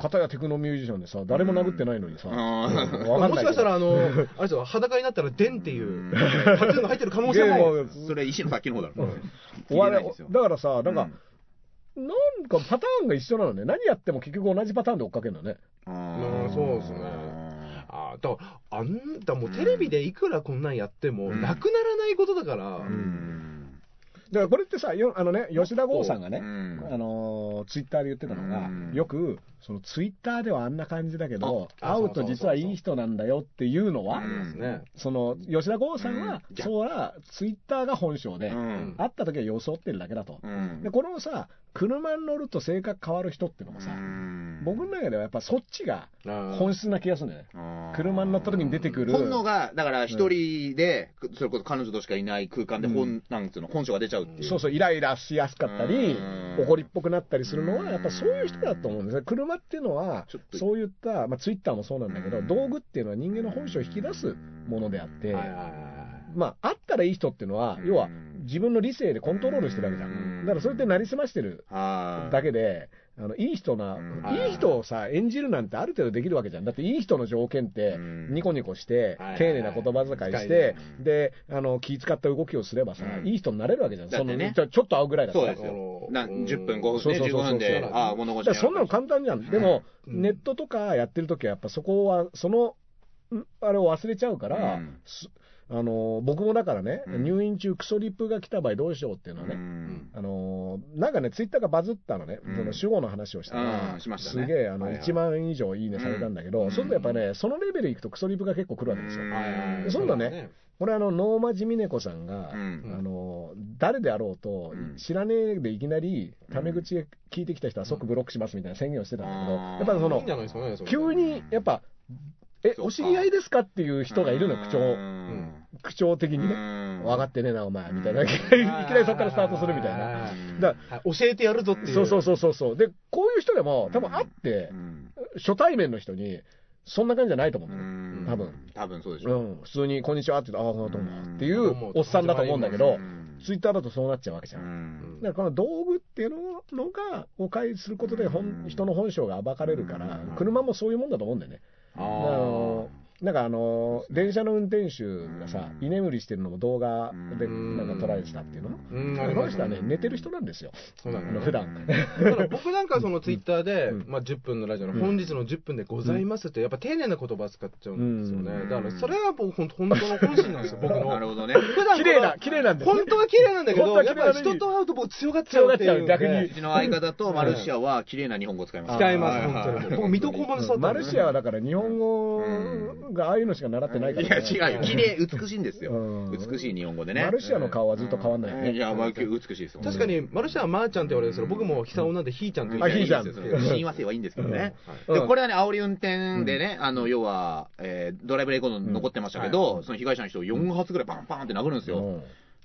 片やテクノミュージシャンでさ、誰も殴ってないのにさ。 もしかしたら、あれですよ、裸になったら、デンっていう、タトゥーが入ってる可能性も。 それ、石の先の方だろ。 だからさ、なんかパターンが一緒なのね。何やっても結局同じパターンで追っかけるのね。 そうですね。だからあんたもうテレビでいくらこんなんやってもなくならないことだから。 だからこれってさ、吉田剛さんがね、ツイッターで言ってたのが、よく、そのツイッターではあんな感じだけど、会うと実はいい人なんだよっていうのは、その、吉田剛さんは、そうは、ツイッターが本性で、会った時は装ってるだけだと。で、このさ、車に乗ると性格変わる人っていうのもさ、僕の中ではやっぱそっちが本質な気がするんだよね。車に乗った時に出てくる。 本能が、だから一人で、それこそ彼女としかいない空間でなんつうの、本性が出ちゃうっていう。 そうそう、イライラしやすかったり、怒りっぽくなったりするのは、やっぱそういう人だと思うんですね。車っていうのは、そういった、ツイッターもそうなんだけど、道具っていうのは人間の本性を引き出すものであって、あったらいい人っていうのは、要は自分の理性でコントロールしてるわけじゃん。だからそれってなりすましてるだけで、いい人をさ、演じるなんてある程度できるわけじゃん。だっていい人の条件って、ニコニコして、丁寧な言葉遣いして、で、気遣った動きをすればさ、いい人になれるわけじゃん。そのね、ちょっと会うぐらいだったら。 そうですよ。10分、5分、15分で、物腰そんなの簡単じゃん。でも、ネットとかやってるときは、やっぱそこは、あれを忘れちゃうから、僕もだからね、入院中クソリップが来た場合どうしようっていうのはね、なんかね、ツイッターがバズったのね、その主語の話をしたら、すげえ、1万以上いいねされたんだけど、そうするとやっぱね、そのレベルいくとクソリップが結構来るわけですよ。そういうのね、これ能間地美音子さんが、誰であろうと、知らねえでいきなり、タメ口聞いてきた人は即ブロックしますみたいな宣言をしてたんだけど、やっぱりその、急に、やっぱ、お知り合いですかっていう人がいるの、口調的にね。分かってねえな、お前、みたいな。いきなりそこからスタートするみたいな。 教えてやるぞっていう。 そう。で、こういう人でも、多分会って、初対面の人に、そんな感じじゃないと思うんだよ。 多分そうでしょ。 普通に、こんにちはって言って、どうもっていうおっさんだと思うんだけど、ツイッターだとそうなっちゃうわけじゃん。だからこの道具っていうのが、お返しすることで人の本性が暴かれるから、車もそういうもんだと思うんだよね。なんか電車の運転手がさ、居眠りしてるのも動画でなんか撮られてたっていうのも、この人はね、寝てる人なんですよ、普段。 だから僕なんかそのツイッターで、10分のラジオの本日の10分でございますって、やっぱ丁寧な言葉使っちゃうんですよね。だからそれは僕、本当の本心なんですよ、僕の。 なるほどね。 普段綺麗なんです。 本当は綺麗なんだけど、やっぱり人と会うと僕強がっちゃうっていう。 逆に。 うちの相方とマルシアは綺麗な日本語を使います。 使います、本当に。僕、水戸黄門で育った。 マルシアはだから日本語がああいうのしか習ってないから。 いや、違うよ。綺麗、美しいんですよ。美しい日本語でね。 マルシアの顔はずっと変わんないね。 いや、美しいですよ。 確かに、マルシアはマーちゃんって言われるんですけど、僕も久男なんでヒーちゃんって言う。ヒーちゃん。 親和性はいいんですけどね。で、これはね、煽り運転でね、要は、ドライブレコード残ってましたけど、その被害者の人を4発ぐらいパンパンって殴るんですよ。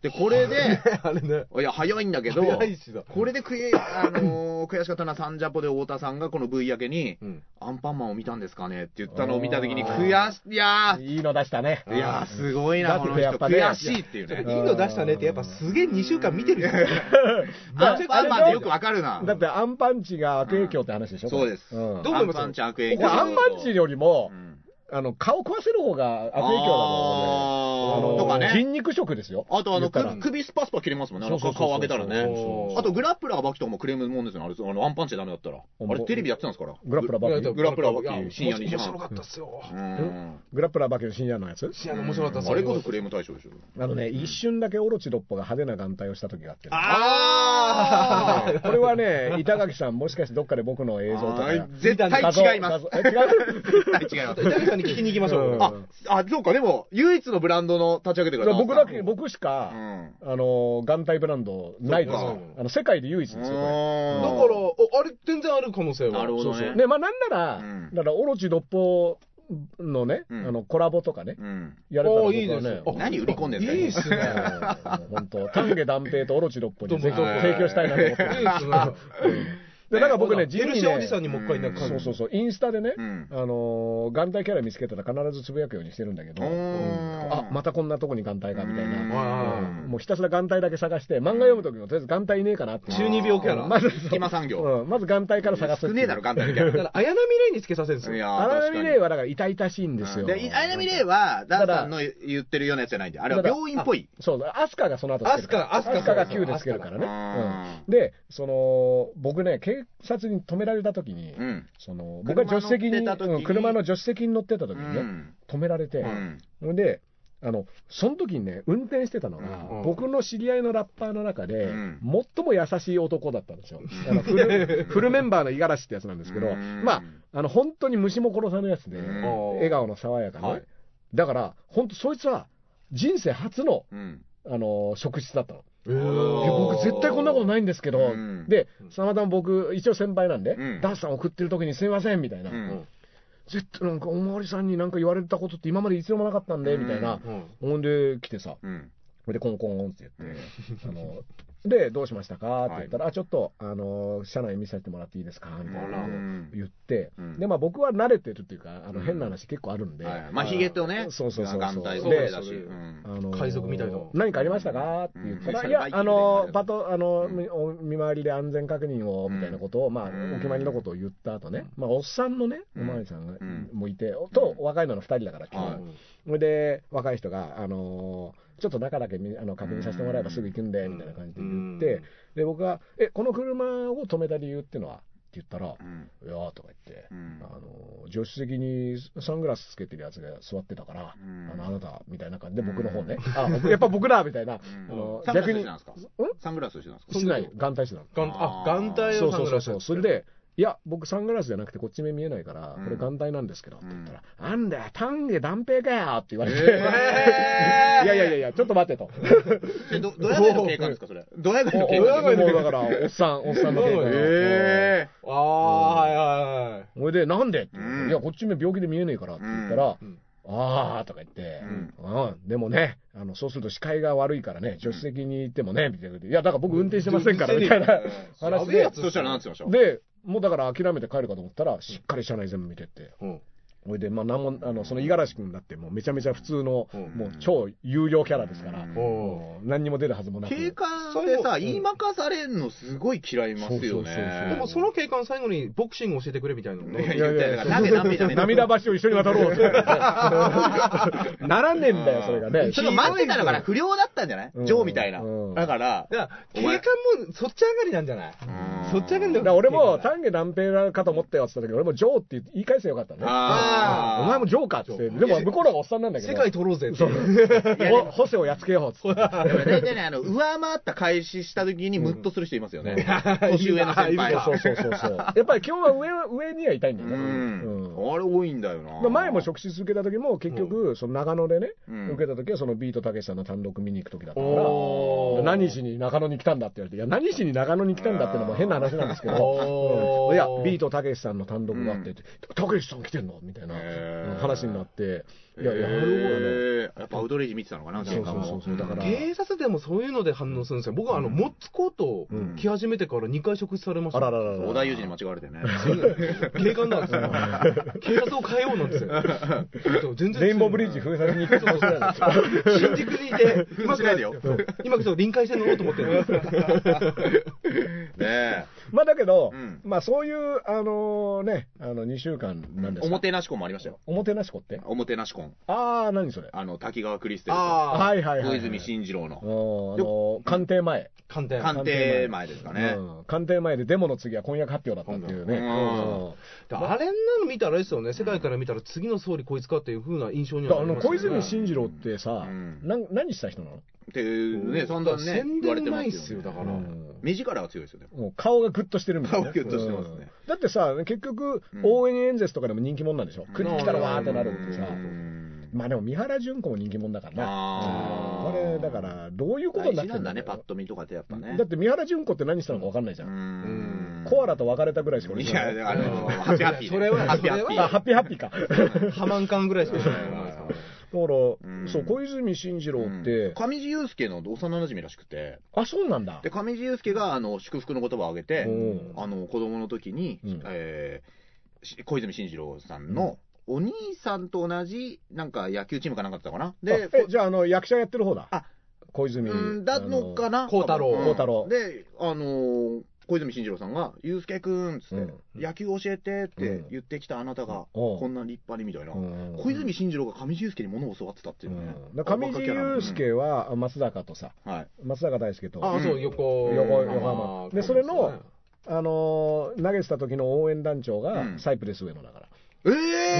で、これで、 あれね。 いや、早いんだけど、これで悔しかったのはサンジャポで太田さんがこの V 明けに、アンパンマンを見たんですかねって言ったのを見たときに、いやいいの出したね。 いやすごいな、この人。悔しいっていうね。 いいの出したねって、やっぱすげえ2週間見てるよ。 アンパンマンってよくわかるな。 だってアンパンチが悪影響って話でしょ。 そうです。 どう思います？ アンパンチ悪影響。 アンパンチよりも、顔壊せる方が悪影響だもんね。 とかね。 筋肉食ですよ。 あと首スパスパ切れますもんね。顔上げたらね。あとグラップラーバキとかもクレームもんですよね。アンパンチダメだったら。あれテレビやってたんですから。 グラップラーバキ深夜2時半。面白かったっすよ。 グラップラーバキの深夜のやつ？ 深夜の面白かったっすよ。 あれこそクレーム対象でしょ。 一瞬だけオロチ六歩が派手な眼帯をした時があって。これはね、板垣さんもしかしてどっかで僕の映像とか。 絶対違います。 違う？ 絶対違います。 板垣さんに聞きに行きましょう。 そうか、でも、唯一のブランドの立ち上げてください。 僕しか、眼帯ブランドないですよ。世界で唯一ですよ、これ。 だから、あれ、全然ある可能性は。 なるほどね。 ね、まあ、なんなら、だから、オロチ六歩のね、コラボとかね、やれたら僕はね、 何売り込んでんすか？ いいっすね。 本当、丹下断平とオロチ六歩に提供したいなと思ってる。で、なんか僕ね、 ジルシおじさんにもう一回なんか。 そう、インスタでね、眼帯キャラ見つけたら必ずつぶやくようにしてるんだけど、またこんなとこに眼帯がみたいな。もうひたすら眼帯だけ探して、漫画読むときもとりあえず眼帯いねえかなって。 中二病キャラ。 まず、 隙間産業。 まず眼帯から探す。 少ねえだろ、眼帯キャラ。 だから、綾波レイにつけさせるんですよ。 綾波レイはだから痛々しいんですよ。 で、綾波レイは、ダンさんの言ってるようなやつじゃないんで、あれは病院っぽい。 そう、アスカがその後つけるから。アスカが9でつけるからね。で、僕ね、警察に止められた時に、僕が助手席に、車の助手席に乗ってた時にね、止められて、で、その時にね、運転してたのが、僕の知り合いのラッパーの中で、最も優しい男だったんですよ。フルメンバーの五十嵐ってやつなんですけど、まあ、本当に虫も殺さぬやつで、笑顔の爽やかね。だから、本当そいつは、人生初の、職質だったの。僕絶対こんなことないんですけど、で、たまたま僕、一応先輩なんで、ダンスさん送ってる時にすいません、みたいな。絶対なんか、おまわりさんになんか言われたことって今まで一度もなかったんで、みたいな。ほんで、来てさ、で、コンコンって言って、で、どうしましたかって言ったら、ちょっと、車内見せてもらっていいですかみたいなことを言って、で、まあ僕は慣れてるっていうか、変な話結構あるんで。 まあ、ヒゲとね、 そう。 眼帯そうだし。 海賊みたいな。 何かありましたかって言ったら、いや、見回りで安全確認を、みたいなことを、まあ、お決まりのことを言った後ね、まあ、おっさんのね、おまわりさんがもいて、と、若いのの2人だから、今日。それで、若い人が、ちょっと中だけ確認させてもらえばすぐ行くんで、みたいな感じで言って、で、僕が、この車を止めた理由っていうのはって言ったら、いやーとか言って、助手席にサングラスつけてるやつが座ってたから、あなた、みたいな感じで僕の方ね、やっぱ僕らみたいな、 逆に、サングラスしてたんですか？ しない、眼帯してたの。 眼帯をサングラス。 そう。それで、いや、僕サングラスじゃなくてこっち目見えないから、これ眼帯なんですけど、って言ったら、なんだよ、丹下断平かよって言われて、いや、ちょっと待ってと。 ドヤ街の警官ですか、それ。ドヤ街の警官。 ドヤ街のだから、おっさんの警官。はい。それで、なんでって。いや、こっち目病気で見えねえからって言ったら、とか言って、でもね、そうすると視界が悪いからね、助手席に行ってもね、みたいな。いや、だから僕運転してませんから、みたいな話で。 そしたら何つってました？ で、もうだから諦めて帰るかと思ったら、しっかり車内全部見てって。それで、まあ、その五十嵐君だって、もうめちゃめちゃ普通の、もう超有料キャラですから、何にも出るはずもなく。 警官でさ、言いまかされんのすごい嫌いますよね。 でもその警官最後にボクシング教えてくれみたいなのね。 涙橋を一緒に渡ろうって。ならねえんだよ、それがね。 ちょっと待ってたのかな、不良だったんじゃない？ジョーみたいな。だから、 警官もそっち上がりなんじゃない？そっち上がりだから俺も丹下断平かと思ったよって言った時、俺もジョーって言い返せよかったね。お前もジョーカーって。でも向こうらがおっさんなんだけど。 世界取ろうぜって。 ホセをやっつけようって。 大体ね、上回った開始した時にムッとする人いますよね。年上の先輩が。 そう。やっぱり今日は上にはいたいんだよね。 あれ多いんだよな。 前も職質受けた時も結局その長野でね、受けた時はそのビートたけしさんの単独見に行く時だったから、何しに長野に来たんだって言われて、いや何しに長野に来たんだってのも変な話なんですけど、いやビートたけしさんの単独があって、たけしさん来てんのみたいな話になって、いややっぱアウトレイジ見てたのかな。 そうだから警察でもそういうので反応するんですよ。僕はモッツコートを着始めてから2回職質されました。 小田裕二に間違われてね。 警官なんですよ。警察を変えようなんですよ。全然レインボーブリッジ封鎖に行くとしてない新宿にいて、今から臨海線乗ろうと思ってるんです。 ね。 まあだけど、まあそういう2週間なんですか。 おもてなし婚もありましたよ。 おもてなし婚って？ おもてなし婚。 ああ、何それ？ 滝川クリステル。 はいはいはい。 小泉進次郎の。 官邸前。 官邸前ですかね。 官邸前でデモの次は婚約発表だったっていうね。 あれなの見たらですよね、世界から見たら次の総理こいつかっていう風な印象にはなります小泉進次郎ってさ、何した人なの？ ってね、散々ね、言われてますよ。 だから、 目力が強いですよね。 もう顔がグッとしてるみたいな。 顔がグッとしてますね。 だってさ、結局、応援演説とかでも人気者なんでしょ。来たらわーってなるってさ。まあでも、三原純子も人気者だからな。あれ、だから、どういうことになってるんだね、パッと見とかってやっぱね。 だって、三原純子って何したのか分かんないじゃん。コアラと別れたぐらいしか俺知らない。 いや、ハッピーハッピー。それは、ハッピーハッピー。 ハッピーハッピーか。 ハマンカンぐらいしか知らない。 だから、そう、小泉進次郎って、 上地雄介の幼馴染らしくて。 あ、そうなんだ。 で、上地雄介が、祝福の言葉をあげて、子供の時に、小泉進次郎さんの、お兄さんと同じ、なんか野球チームかなんかだったかな。で、 じゃあ、役者やってる方だ。小泉。 だのかな。 孝太郎。 で、小泉進次郎さんが、ゆうすけくんっつって、野球教えてって言ってきたあなたが、こんな立派にみたいな。小泉進次郎が上地雄介に物を教わってたっていうね。 上地雄介は松坂とさ、松坂大輔と。 そう、横浜。で、それの、投げてた時の応援団長がサイプレス上野だから。 腰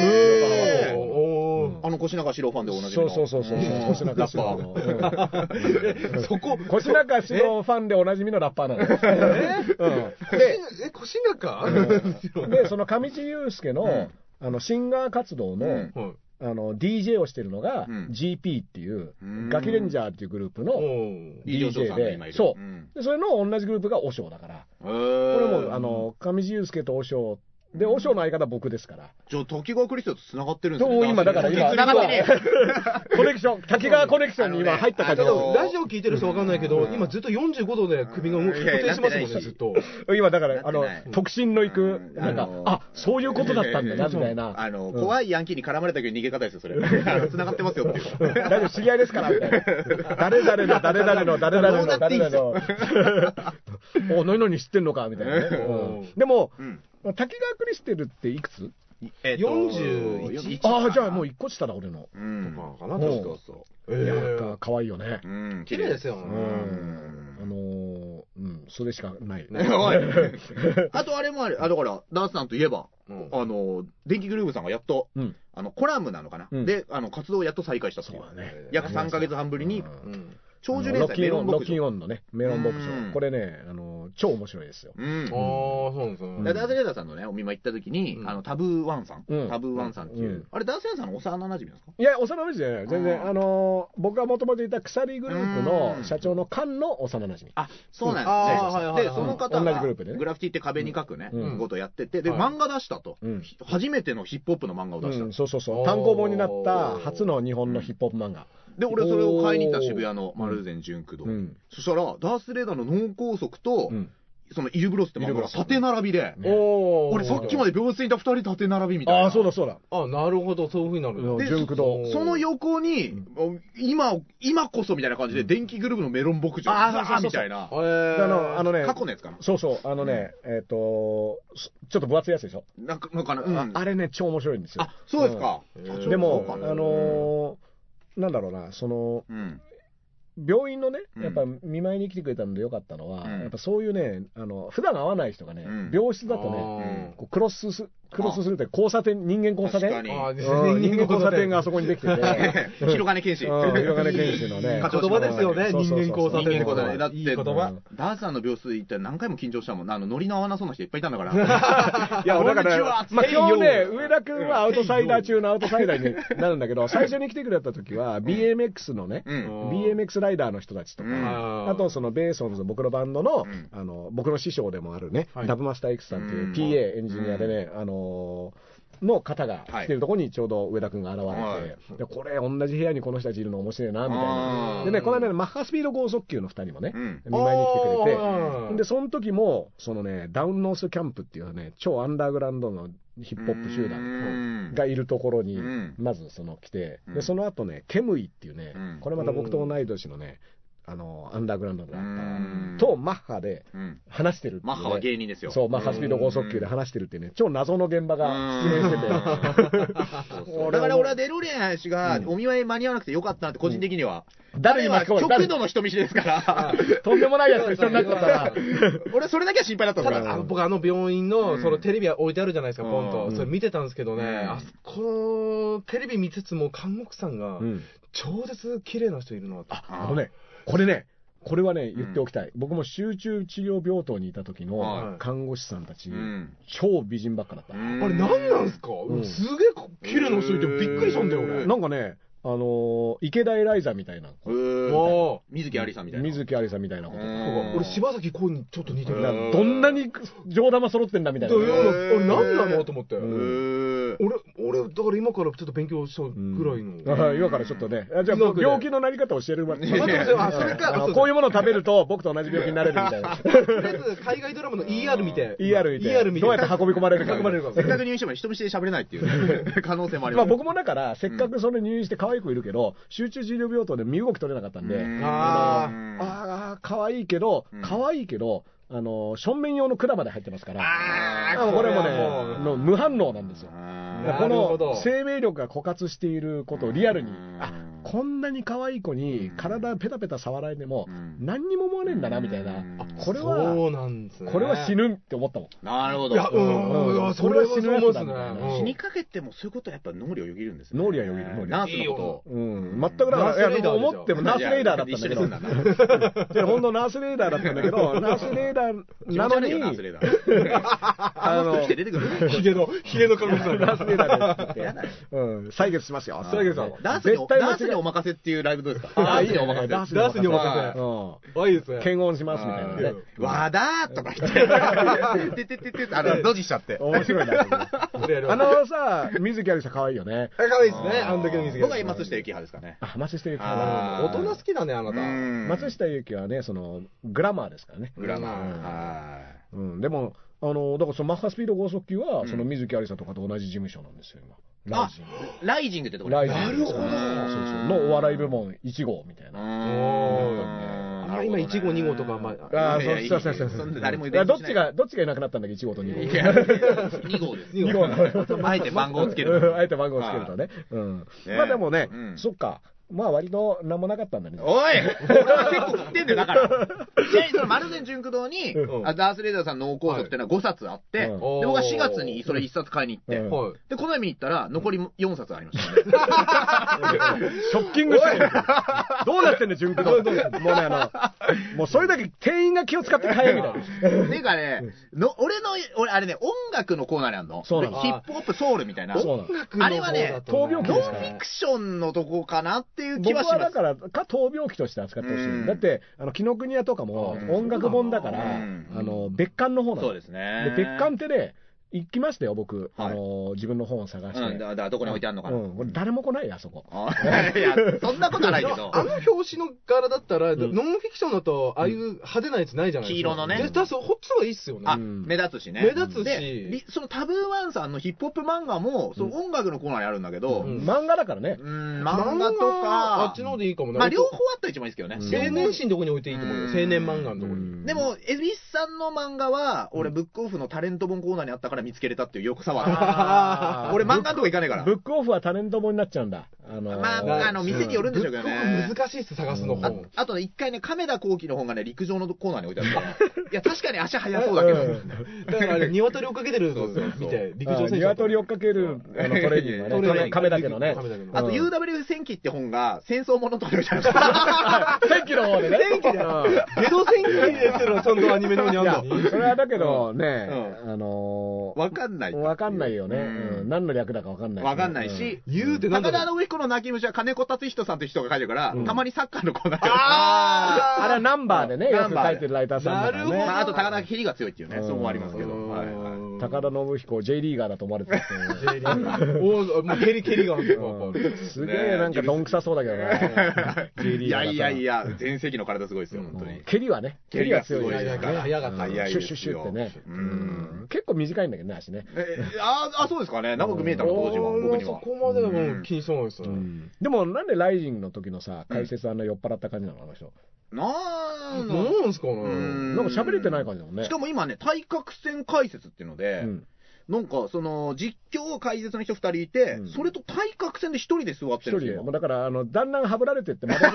中四郎ファンでおなじみの。 そう。腰中四郎の。腰中四郎ファンでおなじみのラッパーなんです。 腰中で、その上地雄介の、シンガー活動の、DJ をしてるのが、GP っていう、ガキレンジャーっていうグループの DJ で、そう。で、それの同じグループが和尚だから。これも、上地雄介と和尚で、和尚の相方僕ですから。 滝川クリステルと繋がってるんですよね。 今、だから繋がってね。コネクション、滝川コネクションに今入った感じ。 ラジオ聞いてる人わかんないけど、今ずっと45度で首が動き固定しますもんね、ずっと。 今、だから、特進の行く、なんか、そういうことだったんだな、みたいな。 怖いヤンキーに絡まれたけど逃げ方ですよ、それ。繋がってますよっていう。 大丈夫、知り合いですから、みたいな。誰々の、誰々の、誰々の、誰々の。何々知ってんのか、みたいなね。でも、滝川クリステルっていくつ ？41。 じゃあもう1個下だ、俺の。 かな、確か。 いや、可愛いよね。 綺麗ですよ。 それしかない。 あとあれもある。だから、ダースさんといえば、電気グルーヴさんがやっと、コラムなのかなで、活動をやっと再開したっていう。約3ヶ月半ぶりに、長寿連載メロン牧場。 ロッキンオンのね、メロン牧場。これね、超面白いですよ。 そうですね。 ダースレーダーさんのね、お見舞い行った時に、タブーワンさんっていう、あれ、ダースレーダーさんの幼馴染ですか？ いや、幼馴染じゃない。全然、僕がもともといた鎖グループの社長の菅の幼馴染。 そうなんですね。で、その方が、グラフィティって壁に書くね、ことやってて、で、漫画出したと。初めてのヒップホップの漫画を出した。 そう。単行本になった初の日本のヒップホップ漫画。 で、俺それを買いに行った渋谷の丸善純駆動。そしたら、ダースレーダーの脳梗塞と、そのイルブロスって漫画が縦並びで、俺さっきまで病室にいた2人縦並びみたいな。 そうだ。 なるほど、そういう風になる。 で、その横に、今こそみたいな感じで、電気グルーヴのメロン牧場みたいな。過去のやつかな。 そう、ちょっと分厚いやつでしょ。 なんかな、 あれね、超面白いんですよ。 そうですか。 でも、なんだろうな、病院のね、やっぱ見舞いに来てくれたのでよかったのは、やっぱそういうね、普段会わない人がね、病室だとね、クロスクロスするって交差点、人間交差点。 確かに。 人間交差点があそこにできてて。 広金剣士。 広金剣士のね。 言葉ですよね、人間交差点。 人間交差点。だって、ダースさんの秒数行ったら何回も緊張したもん。ノリの合わなそうな人いっぱいいたんだから。 いや、だから、まあ今日ね、上田くんはアウトサイダー中のアウトサイダーになるんだけど、最初に来てくれた時は、BMX のね、BMX ライダーの人たちとか、あとそのベーソンズ、僕のバンドの、僕の師匠でもあるね、ダブマスター X さんっていう PA エンジニアでね、の方が来てるところにちょうど上田くんが現れて、でこれ同じ部屋にこの人たちいるの面白いなみたいな。でね、この間ね、マッハスピード剛速球の2人もね、見舞いに来てくれて、でその時もそのね、ダウンノースキャンプっていうね、超アンダーグラウンドのヒップホップ集団がいるところにまずその来て、でその後ね、ケムイっていうね、これまた僕と同い年のね、アンダーグラウンドだったとマッハで話してるっていう、ね、 マッハは芸人ですよ。 そう、マッハスピード剛速球で話してるっていうね、超謎の現場が出現してて。 だから俺はデロリアン氏がお見舞い間に合わなくてよかったなって個人的には。 誰に巻き込まれた？ 極度の人見知りですから。 とんでもないやつと一緒になっちゃったら。 俺それだけは心配だったから。 僕病院のそのテレビは置いてあるじゃないですか、ポンと。それ見てたんですけどね、あそこテレビ見つつも看護婦さんが超絶綺麗な人いるなって。 これはね、言っておきたい。僕も集中治療病棟にいた時の看護師さんたち、超美人ばっかだった。あれ何なんすか？すげえ綺麗な人いてびっくりしたんだよね。 なんかね、池田エライザみたいな。 水木有りさんみたいな。 水木有りさんみたいなこと。 俺、柴咲コウにちょっと似てる。 どんなに上玉揃ってんだみたいな。 俺、何なのと思って。俺、だから今からちょっと勉強したぐらいの。 今からちょっとね。じゃあ、病気のなり方を教える。こういうものを食べると僕と同じ病気になれるみたいな。 海外ドラマの ER 見て。 ER 見て。どうやって運び込まれるか。 せっかく入院しても人見知りで喋れないっていう可能性もあります。 僕もだから、せっかくそれ入院して可愛い子いるけど、集中治療病棟で身動き取れなかったんで、可愛いけど、正面用の管まで入ってますから、これもね、無反応なんですよ。この生命力が枯渇していることをリアルに、こんなに可愛い子に体ペタペタ触られても何にも思わねえんだなみたいな、これは死ぬって思ったもん。 なるほど。 それは死ぬやつだね。 死にかけてもそういうことはやっぱ脳裏をよぎるんですね。 脳裏はよぎる。 ナースのこと全くだから思ってもナースレーダーだったんだけど、本当ナースレーダーだったんだけど、ナースレーダーなのにヒゲの看護師さんがナースレーダーで採血しますよ。 ダースにお任せっていうライブどうですか？ ダースにお任せ。ダースにお任せ。いいですね。 検温しますみたいなね。 わだーとか言って、ドジしちゃって。 面白いな。さ、水木有りさん可愛いよね。 可愛いですね。あんだけの水木。 僕は松下由紀派ですかね。 松下由紀大人好きだね、あなた。 松下由紀はね、グラマーですからね。 グラマー。でも、だからそのマッハスピード剛速球は、その水木有りさんとかと同じ事務所なんですよ、今。 ライジングってところ。 なるほど。のお笑い部門1号みたいな。 今1号2号とかそう誰もどっちがいなくなったんだっけ、1号と2号。 2号です。2号。あえて番号をつける。 あえて番号をつけるとね。まあでもね、そっか。まあ割と何もなかったんだね。 おい俺は結構食ってんだよ、だから。ちなみにその丸善純駆動に、ダースレーダーさんの脳梗塞ってのは5冊あって、で、僕は4月にそれ1冊買いに行って、で、この見に行ったら残り4冊ありましたね。 ショッキングしてる。どうなってんの、純駆動。もうね、もうそれだけ店員が気を使って買えみたいな。 ていうかね、俺あれね、音楽のコーナーにあるの。ヒップホップソウルみたいな。あれはね、ノンフィクションのとこかなっていう気はします。 僕はだから闘病記として扱ってほしい。だって紀ノ国屋とかも音楽本だから別館の方なの。 そうですね。 別館ってね行きましたよ、僕。自分の本を探して。 どこに置いてあるのかな。 誰も来ないよ、あそこ。 いや、そんなことはないけど。 あの表紙の柄だったら、ノンフィクションだと、ああいう派手なやつないじゃないですか。 黄色のね。 ほっちの方がいいっすよね。 目立つしね。 目立つし。 そのタブーワンさんのヒップホップ漫画も、その音楽のコーナーにあるんだけど。 漫画だからね。 漫画とか。 あっちの方でいいかもね。 まあ、両方あったら一番いいですけどね。 青年誌のとこに置いていいと思うよ。青年漫画のとこに。 でも、エビスさんの漫画は、俺、ブックオフのタレント本コーナーにあったから見つけれたっていうよくさは。俺漫画のとこ行かねえから。 ブックオフはタレント本になっちゃうんだ。 店によるんでしょうけどね。 難しいっす、探すの本。 あとね、一回ね、亀田光輝の本がね、陸上のコーナーに置いてあって、いや、確かに足速そうだけど。 だからあれ、鶏追っかけてるの見て、陸上選手。 鶏追っかけるトレーニングがね、亀田家のね。 あと、UW 戦記って本が、戦争ものとかで戦記の方でね。 戦記で。ゲド戦記ですよ、ちゃんとアニメの方にあるのに。 それはだけどね、 わかんない。 わかんないよね。何の略だかわかんない。 わかんないし、高田信彦の泣き虫は金子達人さんって人が書いてるから、たまにサッカーのコーナーあれはナンバーでね、よく書いてるライターさんだからね。 あと高田ヘリが強いっていうね、そうもありますけど。 高田信彦 J リーガーだと思われてた。 もう蹴りがすげえなんかどんくさそうだけどね。 いやいやいや、全盛期の体すごいですよ、本当に。 蹴りはね、蹴りが強い。 早かった。 シュッシュッシュッってね。結構短いんだけどね、足ね。 そうですかね。長く見えたの、当時は。僕には。 そこまででも気にしそうですよ。 でもなんでライジンの時のさ、解説酔っ払った感じなの、あの人。 なんすかね。 なんか喋れてない感じだもんね。 しかも今ね、対角線解説っていうので、なんか、実況解説の人2人いて、それと対角線で1人で座ってるんですよ。 だから、だんだんはぶられてって、まだ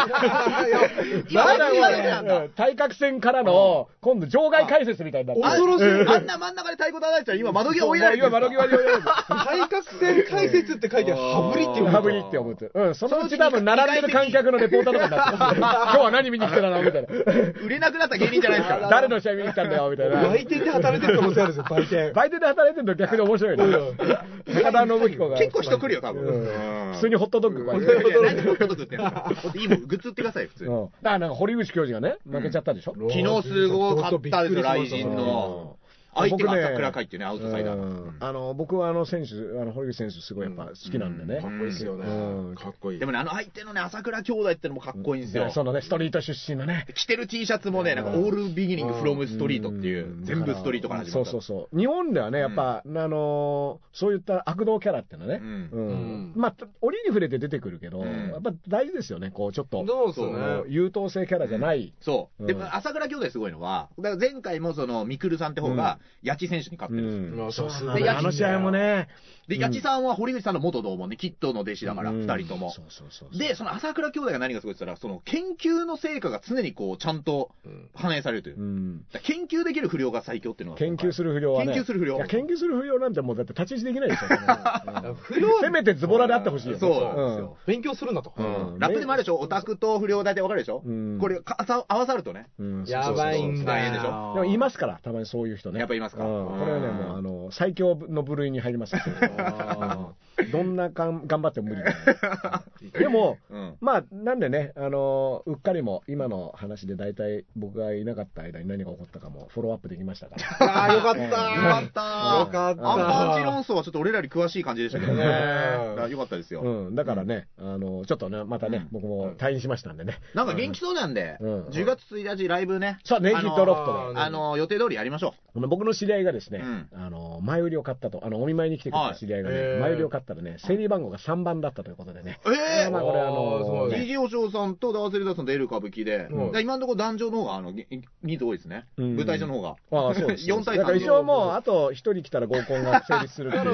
対角線からの、今度、場外解説みたいになって。 恐ろしい。あんな真ん中で太鼓叩いてたら、今、窓際追いやられてる。 対角線解説って書いて、はぶりって読む。 はぶりって思って。そのうち多分、並んでる観客のレポーターとかになって、今日は何見に来てたのみたいな。 売れなくなった芸人じゃないですか。 誰の試合見に来たんだよみたいな。 売店で働いてる可能性あるんですよ、売店。 売店で働いてるの逆に面白いね。高田信彦が。 結構人来るよ、多分。 普通にホットドッグ。 何ホットドッグってやついいもん、グッズ売ってください、普通に。 だからなんか堀口教授がね、負けちゃったでしょ。 昨日すごかったですよ、ライジンの。相手が朝倉海っていうね、アウトサイダー。 僕は選手、堀口選手すごいやっぱ好きなんでね。 かっこいいですよね。かっこいい。 でもね、相手のね、朝倉兄弟ってのもかっこいいんですよ。 そのね、ストリート出身のね。 着てる T シャツもね、なんかオールビギニングフロムストリートっていう、全部ストリートから始まった。 そう。日本ではね、やっぱ、そういった悪道キャラっていうのはね、まあ、折に触れて出てくるけど、やっぱ大事ですよね、こう、ちょっと。優等生キャラじゃない。 そう。でも、朝倉兄弟すごいのは、だから前回もミクルさんって方が、八千選手に勝ってるんですよ。 あの試合もね。 で、八千さんは堀口さんの元同門ね、キッドの弟子だから、二人とも。で、その朝倉兄弟が何がすごいって言ったら、研究の成果が常にこう、ちゃんと反映されるという。研究できる不良が最強っていうのは。 研究する不良はね。 研究する不良。 研究する不良なんてもうだって立ち位置できないですよ。不良せめてズボラであってほしいよ。 そうなんですよ。 勉強するんだと。 ラップでもあるでしょ、オタクと不良大体わかるでしょ。これ、合わさるとね。 やばいんだ。 大変でしょ。 でもいますから、たまにそういう人ね。 やっぱいますか。 これはね、もう最強の部類に入りますよ。どんな頑張っても無理だ。でも、まあ、なんでね、うっかりも今の話で大体僕がいなかった間に何が起こったかもフォローアップできましたから。 ああ、よかった。よかった。 アンパンチ論争はちょっと俺らより詳しい感じでしたけどね。よかったですよ。 だからね、ちょっとね、またね、僕も退院しましたんでね。 なんか元気そうなんで、10月1日ライブね。 そう、ネイキッドロフトで。 予定通りやりましょう。 僕の知り合いがですね、前売りを買ったと、お見舞いに来てくれた知り合いがね、前売りを買ったらね、セリー番号が3番だったということでね。まあこれ DJ お嬢さんとダーセルダーさんとエル歌舞伎で、今のところ壇上の方が人数多いですね。舞台上の方が。 そうです。 4対3。 だから一応もう、あと1人来たら合コンが成立するっていう。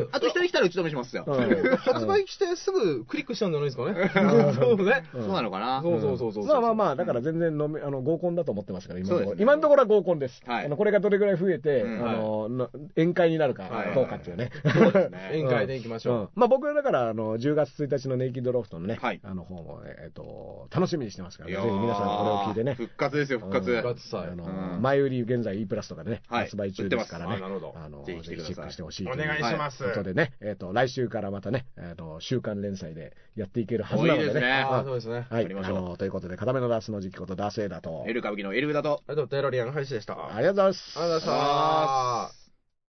あと1人来たら打ち止めしますよ。 発売してすぐクリックしたんじゃないですかね。 そうね。そうなのかな。 まあ、だから全然合コンだと思ってますから、今のところは合コンです。これがどれぐらい増えて、宴会になるかどうかっていうね。 宴会でいきましょう。 まあ僕はだから10月1日のネイキッドロフトのね、方も楽しみにしてますから、ぜひ皆さんこれを聞いてね。 復活ですよ、復活。 前売り現在 E プラスとかでね、発売中ですからね。 ぜひチェックしてほしいお願いします。 ということでね、来週からまたね、週刊連載でやっていけるはずなのでね。 そうですね。 はい。ということで、片目のダースの実況とダースエイダーと、 エル歌舞伎のエルだと、 テロリアンハイシでした。 ありがとうございます。 ありがとうございます。